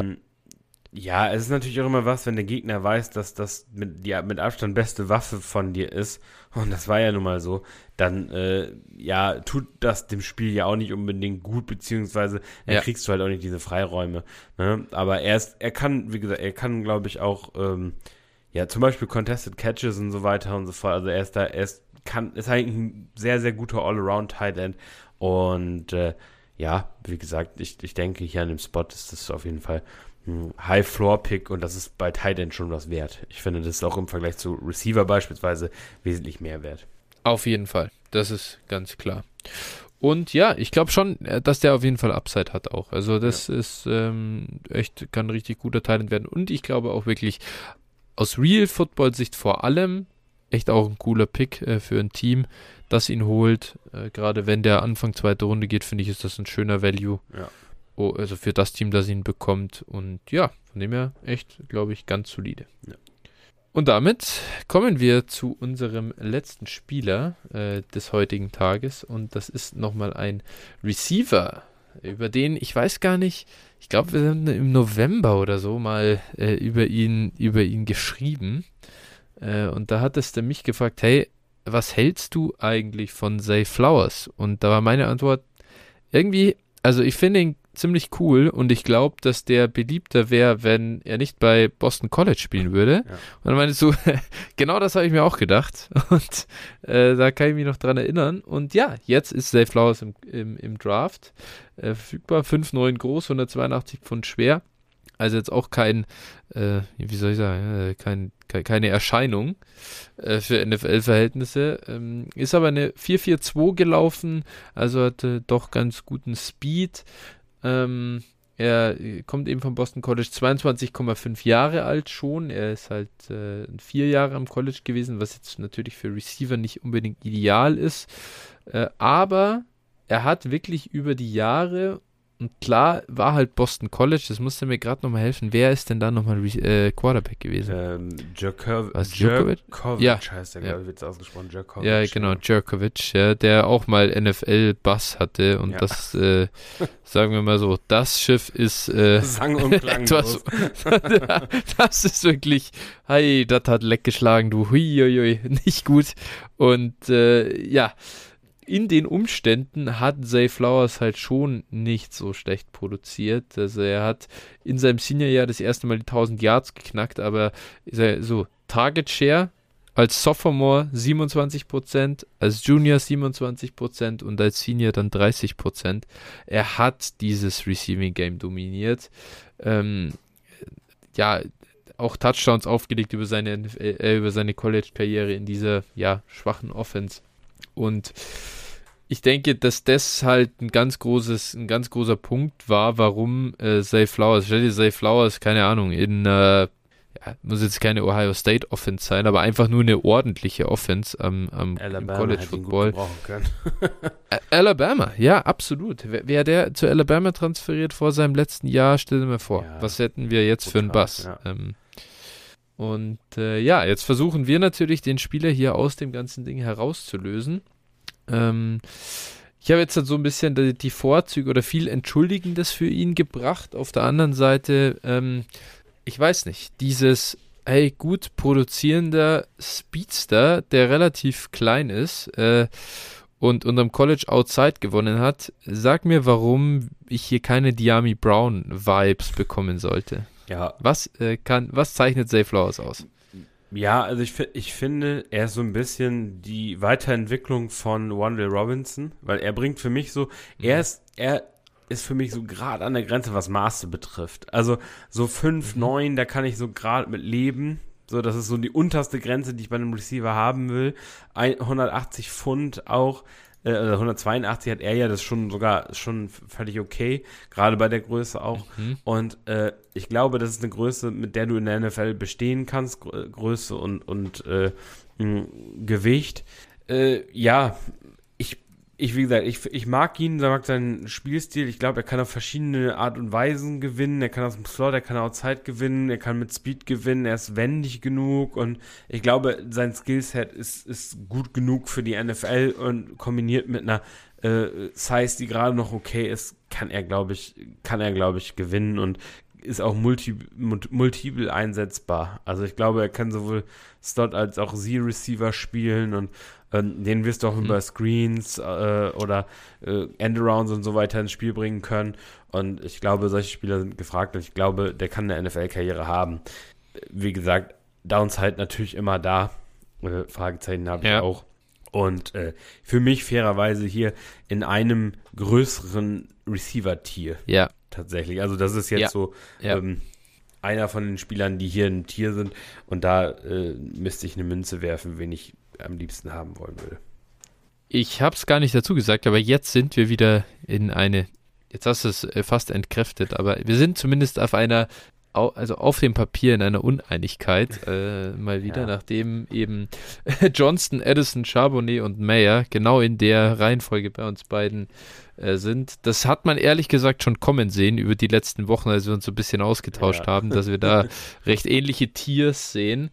Ja, es ist natürlich auch immer was, wenn der Gegner weiß, dass das mit, die mit Abstand beste Waffe von dir ist, und das war ja nun mal so, dann äh, ja, tut das dem Spiel ja auch nicht unbedingt gut, beziehungsweise dann ja. kriegst du halt auch nicht diese Freiräume. Ne? Aber er ist, er kann, wie gesagt, er kann, glaube ich, auch ähm, ja, zum Beispiel Contested Catches und so weiter und so fort. Also er ist da, er ist, kann, ist eigentlich ein sehr, sehr guter All-Around-Tight End. Und äh, ja, wie gesagt, ich, ich denke, hier an dem Spot ist das auf jeden Fall High-Floor-Pick und das ist bei Tight End schon was wert. Ich finde, das ist auch im Vergleich zu Receiver beispielsweise wesentlich mehr wert. Auf jeden Fall, das ist ganz klar. Und ja, ich glaube schon, dass der auf jeden Fall Upside hat auch. Also das ja. ist ähm, echt, kann ein richtig guter Tight End werden und ich glaube auch wirklich aus Real-Football-Sicht vor allem echt auch ein cooler Pick äh, für ein Team, das ihn holt. Äh, gerade wenn der Anfang zweite Runde geht, finde ich, ist das ein schöner Value. Ja. Oh, also für das Team, das ihn bekommt. Und ja, von dem her echt, glaube ich, ganz solide. Ja. Und damit kommen wir zu unserem letzten Spieler äh, des heutigen Tages. Und das ist nochmal ein Receiver, über den, ich weiß gar nicht, ich glaube, wir haben im November oder so mal äh, über ihn, über ihn geschrieben. Äh, und da hattest du mich gefragt, hey, was hältst du eigentlich von Zay Flowers? Und da war meine Antwort, irgendwie, also ich finde ihn ziemlich cool und ich glaube, dass der beliebter wäre, wenn er nicht bei Boston College spielen würde. Ja. Und dann meinst du, genau das habe ich mir auch gedacht und äh, da kann ich mich noch dran erinnern. Und ja, jetzt ist Zay Flowers im, im, im Draft äh, verfügbar, fünf neun groß, hundertzweiundachtzig Pfund schwer. Also jetzt auch kein, äh, wie soll ich sagen, äh, kein, ke- keine Erscheinung äh, für N F L-Verhältnisse. Ähm, ist aber eine vier vier zwei gelaufen, also hatte doch ganz guten Speed. Ähm, er kommt eben vom Boston College, zweiundzwanzig Komma fünf Jahre alt schon. Er ist halt äh, vier Jahre am College gewesen, was jetzt natürlich für Receiver nicht unbedingt ideal ist. Äh, aber er hat wirklich über die Jahre, und klar war halt Boston College, das musste mir gerade nochmal helfen, wer ist denn da nochmal äh, Quarterback gewesen? Ähm, Djokovic. Was, Djokovic? Djokovic ja. heißt der, ja. glaube ich, wird es ausgesprochen. Djokovic. Ja, genau, Djokovic, ja, der auch mal N F L-Bass hatte und ja. das, äh, sagen wir mal so, das Schiff ist äh, Sang und etwas, das ist wirklich, hey, das hat leck geschlagen, du, hui, hui, hui, nicht gut. Und äh, ja, in den Umständen hat Zay Flowers halt schon nicht so schlecht produziert. Also er hat in seinem Seniorjahr das erste Mal die tausend Yards geknackt, aber so Target Share als Sophomore siebenundzwanzig Prozent, als Junior siebenundzwanzig Prozent und als Senior dann dreißig Prozent. Er hat dieses Receiving Game dominiert. Ähm, ja, auch Touchdowns aufgelegt über seine, äh, über seine College-Karriere in dieser, ja, schwachen Offense. Und ich denke, dass das halt ein ganz großes, ein ganz großer Punkt war, warum äh, Zay Flowers, stell dir Zay Flowers, keine Ahnung, in, äh, ja, muss jetzt keine Ohio State Offense sein, aber einfach nur eine ordentliche Offense am, am im College Football. Alabama, ja, absolut. Wäre der zu Alabama transferiert vor seinem letzten Jahr, stell dir mal vor, ja, was hätten wir jetzt total für einen Bass? Ja. Ähm, und äh, ja, jetzt versuchen wir natürlich, den Spieler hier aus dem ganzen Ding herauszulösen. Ähm, ich habe jetzt halt so ein bisschen die, die Vorzüge oder viel Entschuldigendes für ihn gebracht. Auf der anderen Seite, ähm, ich weiß nicht, dieses, hey, gut produzierender Speedster, der relativ klein ist äh, und unterm College Outside gewonnen hat, sag mir, warum ich hier keine Dyami Brown Vibes bekommen sollte. Ja. Was äh, kann, was zeichnet Zay Flowers aus? Ja, also ich, ich finde, er ist so ein bisschen die Weiterentwicklung von Wan'Dale Robinson, weil er bringt für mich so, er ist, er ist für mich so gerade an der Grenze, was Maße betrifft. Also so fünf neun, da kann ich so gerade mit leben. So, das ist so die unterste Grenze, die ich bei einem Receiver haben will. hundertachtzig Pfund auch, äh, hundertzweiundachtzig hat er ja, das ist schon sogar schon völlig okay, gerade bei der Größe auch. Mhm. Und äh, ich glaube, das ist eine Größe, mit der du in der N F L bestehen kannst, Gr- Größe und, und äh, mh, Gewicht. Äh, ja, ich, ich, wie gesagt, ich, ich mag ihn, ich mag seinen Spielstil. Ich glaube, er kann auf verschiedene Art und Weisen gewinnen. Er kann aus dem Slot, er kann Outside gewinnen, er kann mit Speed gewinnen, er ist wendig genug und ich glaube, sein Skillset ist, ist gut genug für die N F L und kombiniert mit einer äh, Size, die gerade noch okay ist, kann er, glaube ich, kann er, glaube ich, gewinnen und ist auch multi, multiple einsetzbar. Also ich glaube, er kann sowohl Slot als auch Z-Receiver spielen und ähm, den wirst du auch mhm. über Screens äh, oder äh, Endarounds und so weiter ins Spiel bringen können. Und ich glaube, solche Spieler sind gefragt und ich glaube, der kann eine N F L-Karriere haben. Wie gesagt, Downside natürlich immer da. Äh, Fragezeichen habe ich ja auch. Und äh, für mich fairerweise hier in einem größeren Receiver-Tier. Ja. Tatsächlich. Also das ist jetzt ja. so ja. Ähm, einer von den Spielern, die hier ein Tier sind. Und da äh, müsste ich eine Münze werfen, wen ich am liebsten haben wollen würde. Ich habe es gar nicht dazu gesagt, aber jetzt sind wir wieder in eine, jetzt hast du es äh, fast entkräftet, aber wir sind zumindest auf einer, also auf dem Papier in einer Uneinigkeit äh, mal wieder, ja. nachdem eben Johnston, Addison, Charbonnet und Mayer genau in der Reihenfolge bei uns beiden äh, sind. Das hat man ehrlich gesagt schon kommen sehen über die letzten Wochen, als wir uns so ein bisschen ausgetauscht ja. haben, dass wir da recht ähnliche Tiers sehen.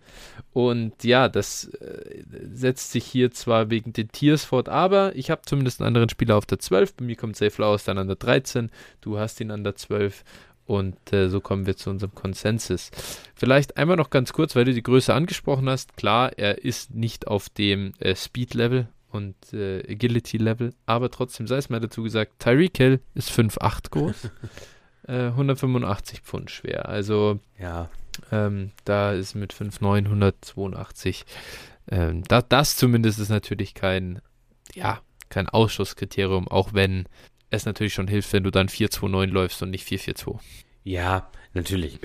Und ja, das äh, setzt sich hier zwar wegen den Tiers fort, aber ich habe zumindest einen anderen Spieler auf der zwölf. Bei mir kommt Zay Flowers dann an der dreizehn. Du hast ihn an der zwölf. Und äh, so kommen wir zu unserem Konsensus. Vielleicht einmal noch ganz kurz, weil du die Größe angesprochen hast. Klar, er ist nicht auf dem äh, Speed-Level und äh, Agility-Level, aber trotzdem sei es mal dazu gesagt, Tyreek Hill ist fünf acht groß, äh, hundertfünfundachtzig Pfund schwer. Also ja. ähm, da ist mit fünf neun hundertzweiundachtzig. Ähm, da, das zumindest ist natürlich kein, ja, kein Ausschlusskriterium, auch wenn es natürlich schon hilft, wenn du dann vier zwei neun läufst und nicht vier vier zwei. Ja, natürlich.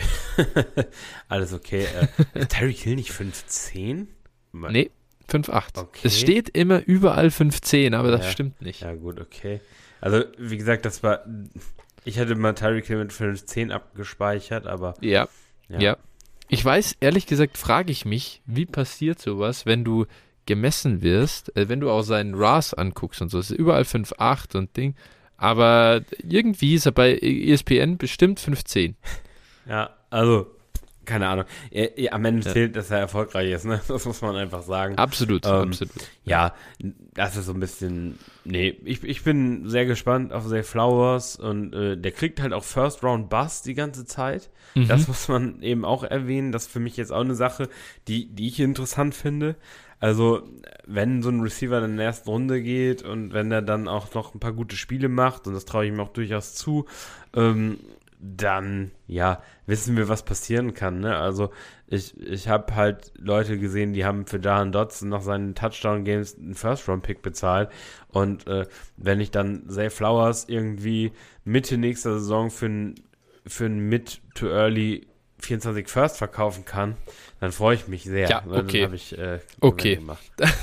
Alles okay. Äh, ist Tyreek Hill nicht fünf zehn? Nee, fünf acht. Okay. Es steht immer überall fünf zehn, aber das ja. stimmt nicht. Ja, gut, okay. Also, wie gesagt, das war, ich hatte mal Tyreek Hill mit fünf zehn abgespeichert, aber. Ja, ja. ja. Ich weiß, ehrlich gesagt, frage ich mich, wie passiert sowas, wenn du gemessen wirst, äh, wenn du auch seinen R A S anguckst und so, es ist überall fünf acht und Ding. Aber irgendwie ist er bei E S P N bestimmt fünf zehn. Ja, also, keine Ahnung. Er, er, am Ende ja. zählt, dass er erfolgreich ist, ne? Das muss man einfach sagen. Absolut, ähm, absolut. Ja, das ist so ein bisschen, nee, ich, ich bin sehr gespannt auf Zay Flowers und äh, der kriegt halt auch First Round Bust die ganze Zeit. Mhm. Das muss man eben auch erwähnen. Das ist für mich jetzt auch eine Sache, die, die ich interessant finde. Also, wenn so ein Receiver in der ersten Runde geht und wenn er dann auch noch ein paar gute Spiele macht, und das traue ich ihm auch durchaus zu, ähm, dann, ja, wissen wir, was passieren kann, ne? Also, ich, ich habe halt Leute gesehen, die haben für Jahan Dotson nach seinen Touchdown-Games einen First-Round-Pick bezahlt und äh, wenn ich dann Zay Flowers irgendwie Mitte nächster Saison für ein, für ein Mid-to-Early vierundzwanzig First verkaufen kann, dann freue ich mich sehr. Ja, okay. Dann habe ich äh, okay. gemacht.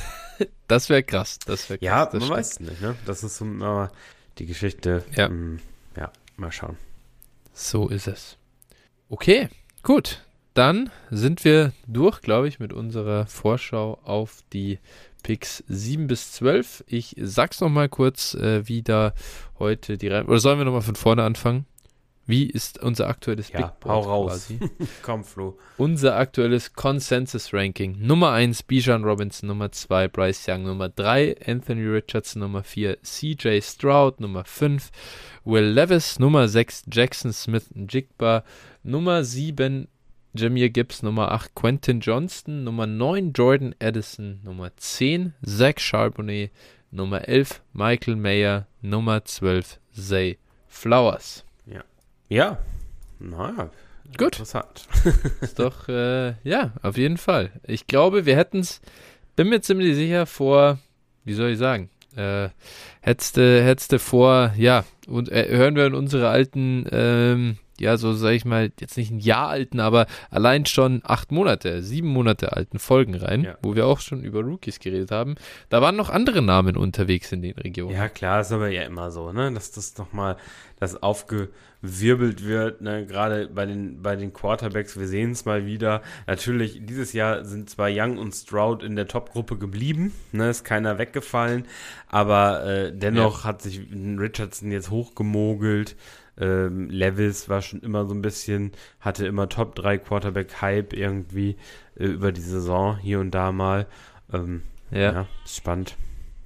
Das wäre krass. Das wär krass. Ja, das man stimmt. weiß es nicht, ne? Das ist so äh, die Geschichte. Ja. Mh, ja, mal schauen. So ist es. Okay, gut. Dann sind wir durch, glaube ich, mit unserer Vorschau auf die Picks sieben bis zwölf. Ich sag's nochmal kurz, äh, wie da heute die Reihe. Oder sollen wir nochmal von vorne anfangen? Wie ist unser aktuelles Ja, Big Board hau raus. quasi? Komm, Flo. Unser aktuelles Consensus-Ranking. Nummer eins, Bijan Robinson. Nummer zwei, Bryce Young. Nummer drei, Anthony Richardson. Nummer vier, C J Stroud. Nummer fünf, Will Levis. Nummer sechs, Jackson Smith-Njigba. Nummer sieben, Jahmyr Gibbs. Nummer acht, Quentin Johnston. Nummer neun, Jordan Addison. Nummer zehn, Zach Charbonnet. Nummer elf, Michael Mayer. Nummer zwölf, Zay Flowers. Ja, naja. Gut. Interessant. Ist doch, äh, ja, auf jeden Fall. Ich glaube, wir hätten es, bin mir ziemlich sicher, vor, wie soll ich sagen, äh, hättest du hättest du vor, ja, und äh, hören wir in unsere alten, ähm, ja, so sag ich mal, jetzt nicht ein Jahr alten, aber allein schon acht Monate, sieben Monate alten Folgen rein, Ja. wo wir auch schon über Rookies geredet haben. Da waren noch andere Namen unterwegs in den Regionen. Ja, klar, ist aber ja immer so, ne? Dass das nochmal, das aufgewirbelt wird, ne? Gerade bei den, bei den Quarterbacks, wir sehen es mal wieder. Natürlich, dieses Jahr sind zwar Young und Stroud in der Top-Gruppe geblieben, ne? Ist keiner weggefallen, aber äh, dennoch ja. hat sich Richardson jetzt hochgemogelt. Ähm, Levis war schon immer so ein bisschen, hatte immer Top drei Quarterback-Hype irgendwie äh, über die Saison, hier und da mal. Ähm, Ja. ja, ist spannend.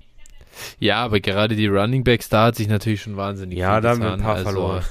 Ja, aber gerade die Running Backs, da hat sich natürlich schon wahnsinnig Ja, viel da haben wir getan. ein paar Also, verloren.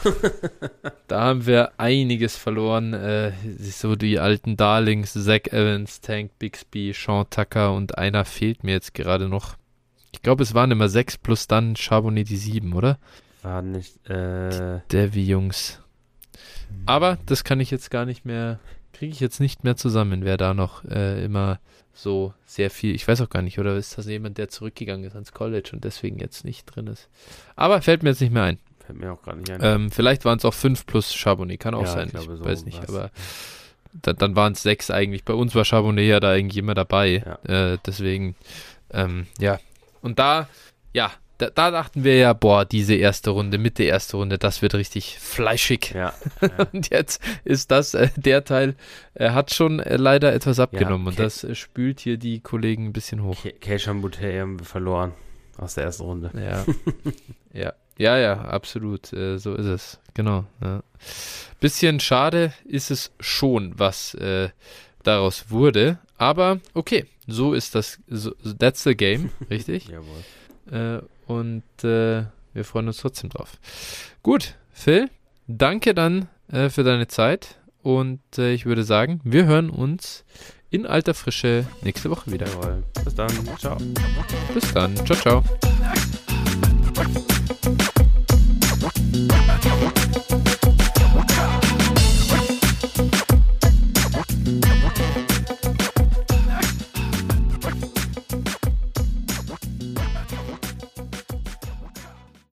Da haben wir einiges verloren. Äh, so die alten Darlings, Zach Evans, Tank Bixby, Sean Tucker und einer fehlt mir jetzt gerade noch. Ich glaube, es waren immer sechs plus dann Charbonnet die sieben, oder? War nicht, äh... Devi-Jungs. Aber das kann ich jetzt gar nicht mehr, kriege ich jetzt nicht mehr zusammen, wer da noch äh, immer so sehr viel, ich weiß auch gar nicht, oder ist das jemand, der zurückgegangen ist ans College und deswegen jetzt nicht drin ist. Aber fällt mir jetzt nicht mehr ein. Fällt mir auch gerade nicht ein. Ähm, vielleicht waren es auch fünf plus Charbonnet, kann auch Ja, sein, ich glaube, ich so weiß nicht, war's. aber da, dann waren es sechs eigentlich. Bei uns war Charbonnet ja da irgendwie immer dabei, Ja. äh, deswegen, ähm, ja. Und da, ja, da, da dachten wir ja, boah, diese erste Runde, Mitte erste Runde, das wird richtig fleischig. Ja. ja. Und jetzt ist das, äh, der Teil, er hat schon äh, leider etwas abgenommen Ja, und okay. das äh, spült hier die Kollegen ein bisschen hoch. Keishan Boutte haben wir verloren aus der ersten Runde. Ja, ja, ja, ja, absolut, äh, so ist es, genau. Ja. Bisschen schade ist es schon, was äh, daraus wurde, aber okay, so ist das, so, that's the game, richtig? Jawohl. Äh, und äh, wir freuen uns trotzdem drauf. Gut, Phil, danke dann äh, für deine Zeit und äh, ich würde sagen, wir hören uns in alter Frische nächste Woche wieder. Jawohl. Bis dann. Ciao. Bis dann. Ciao, ciao.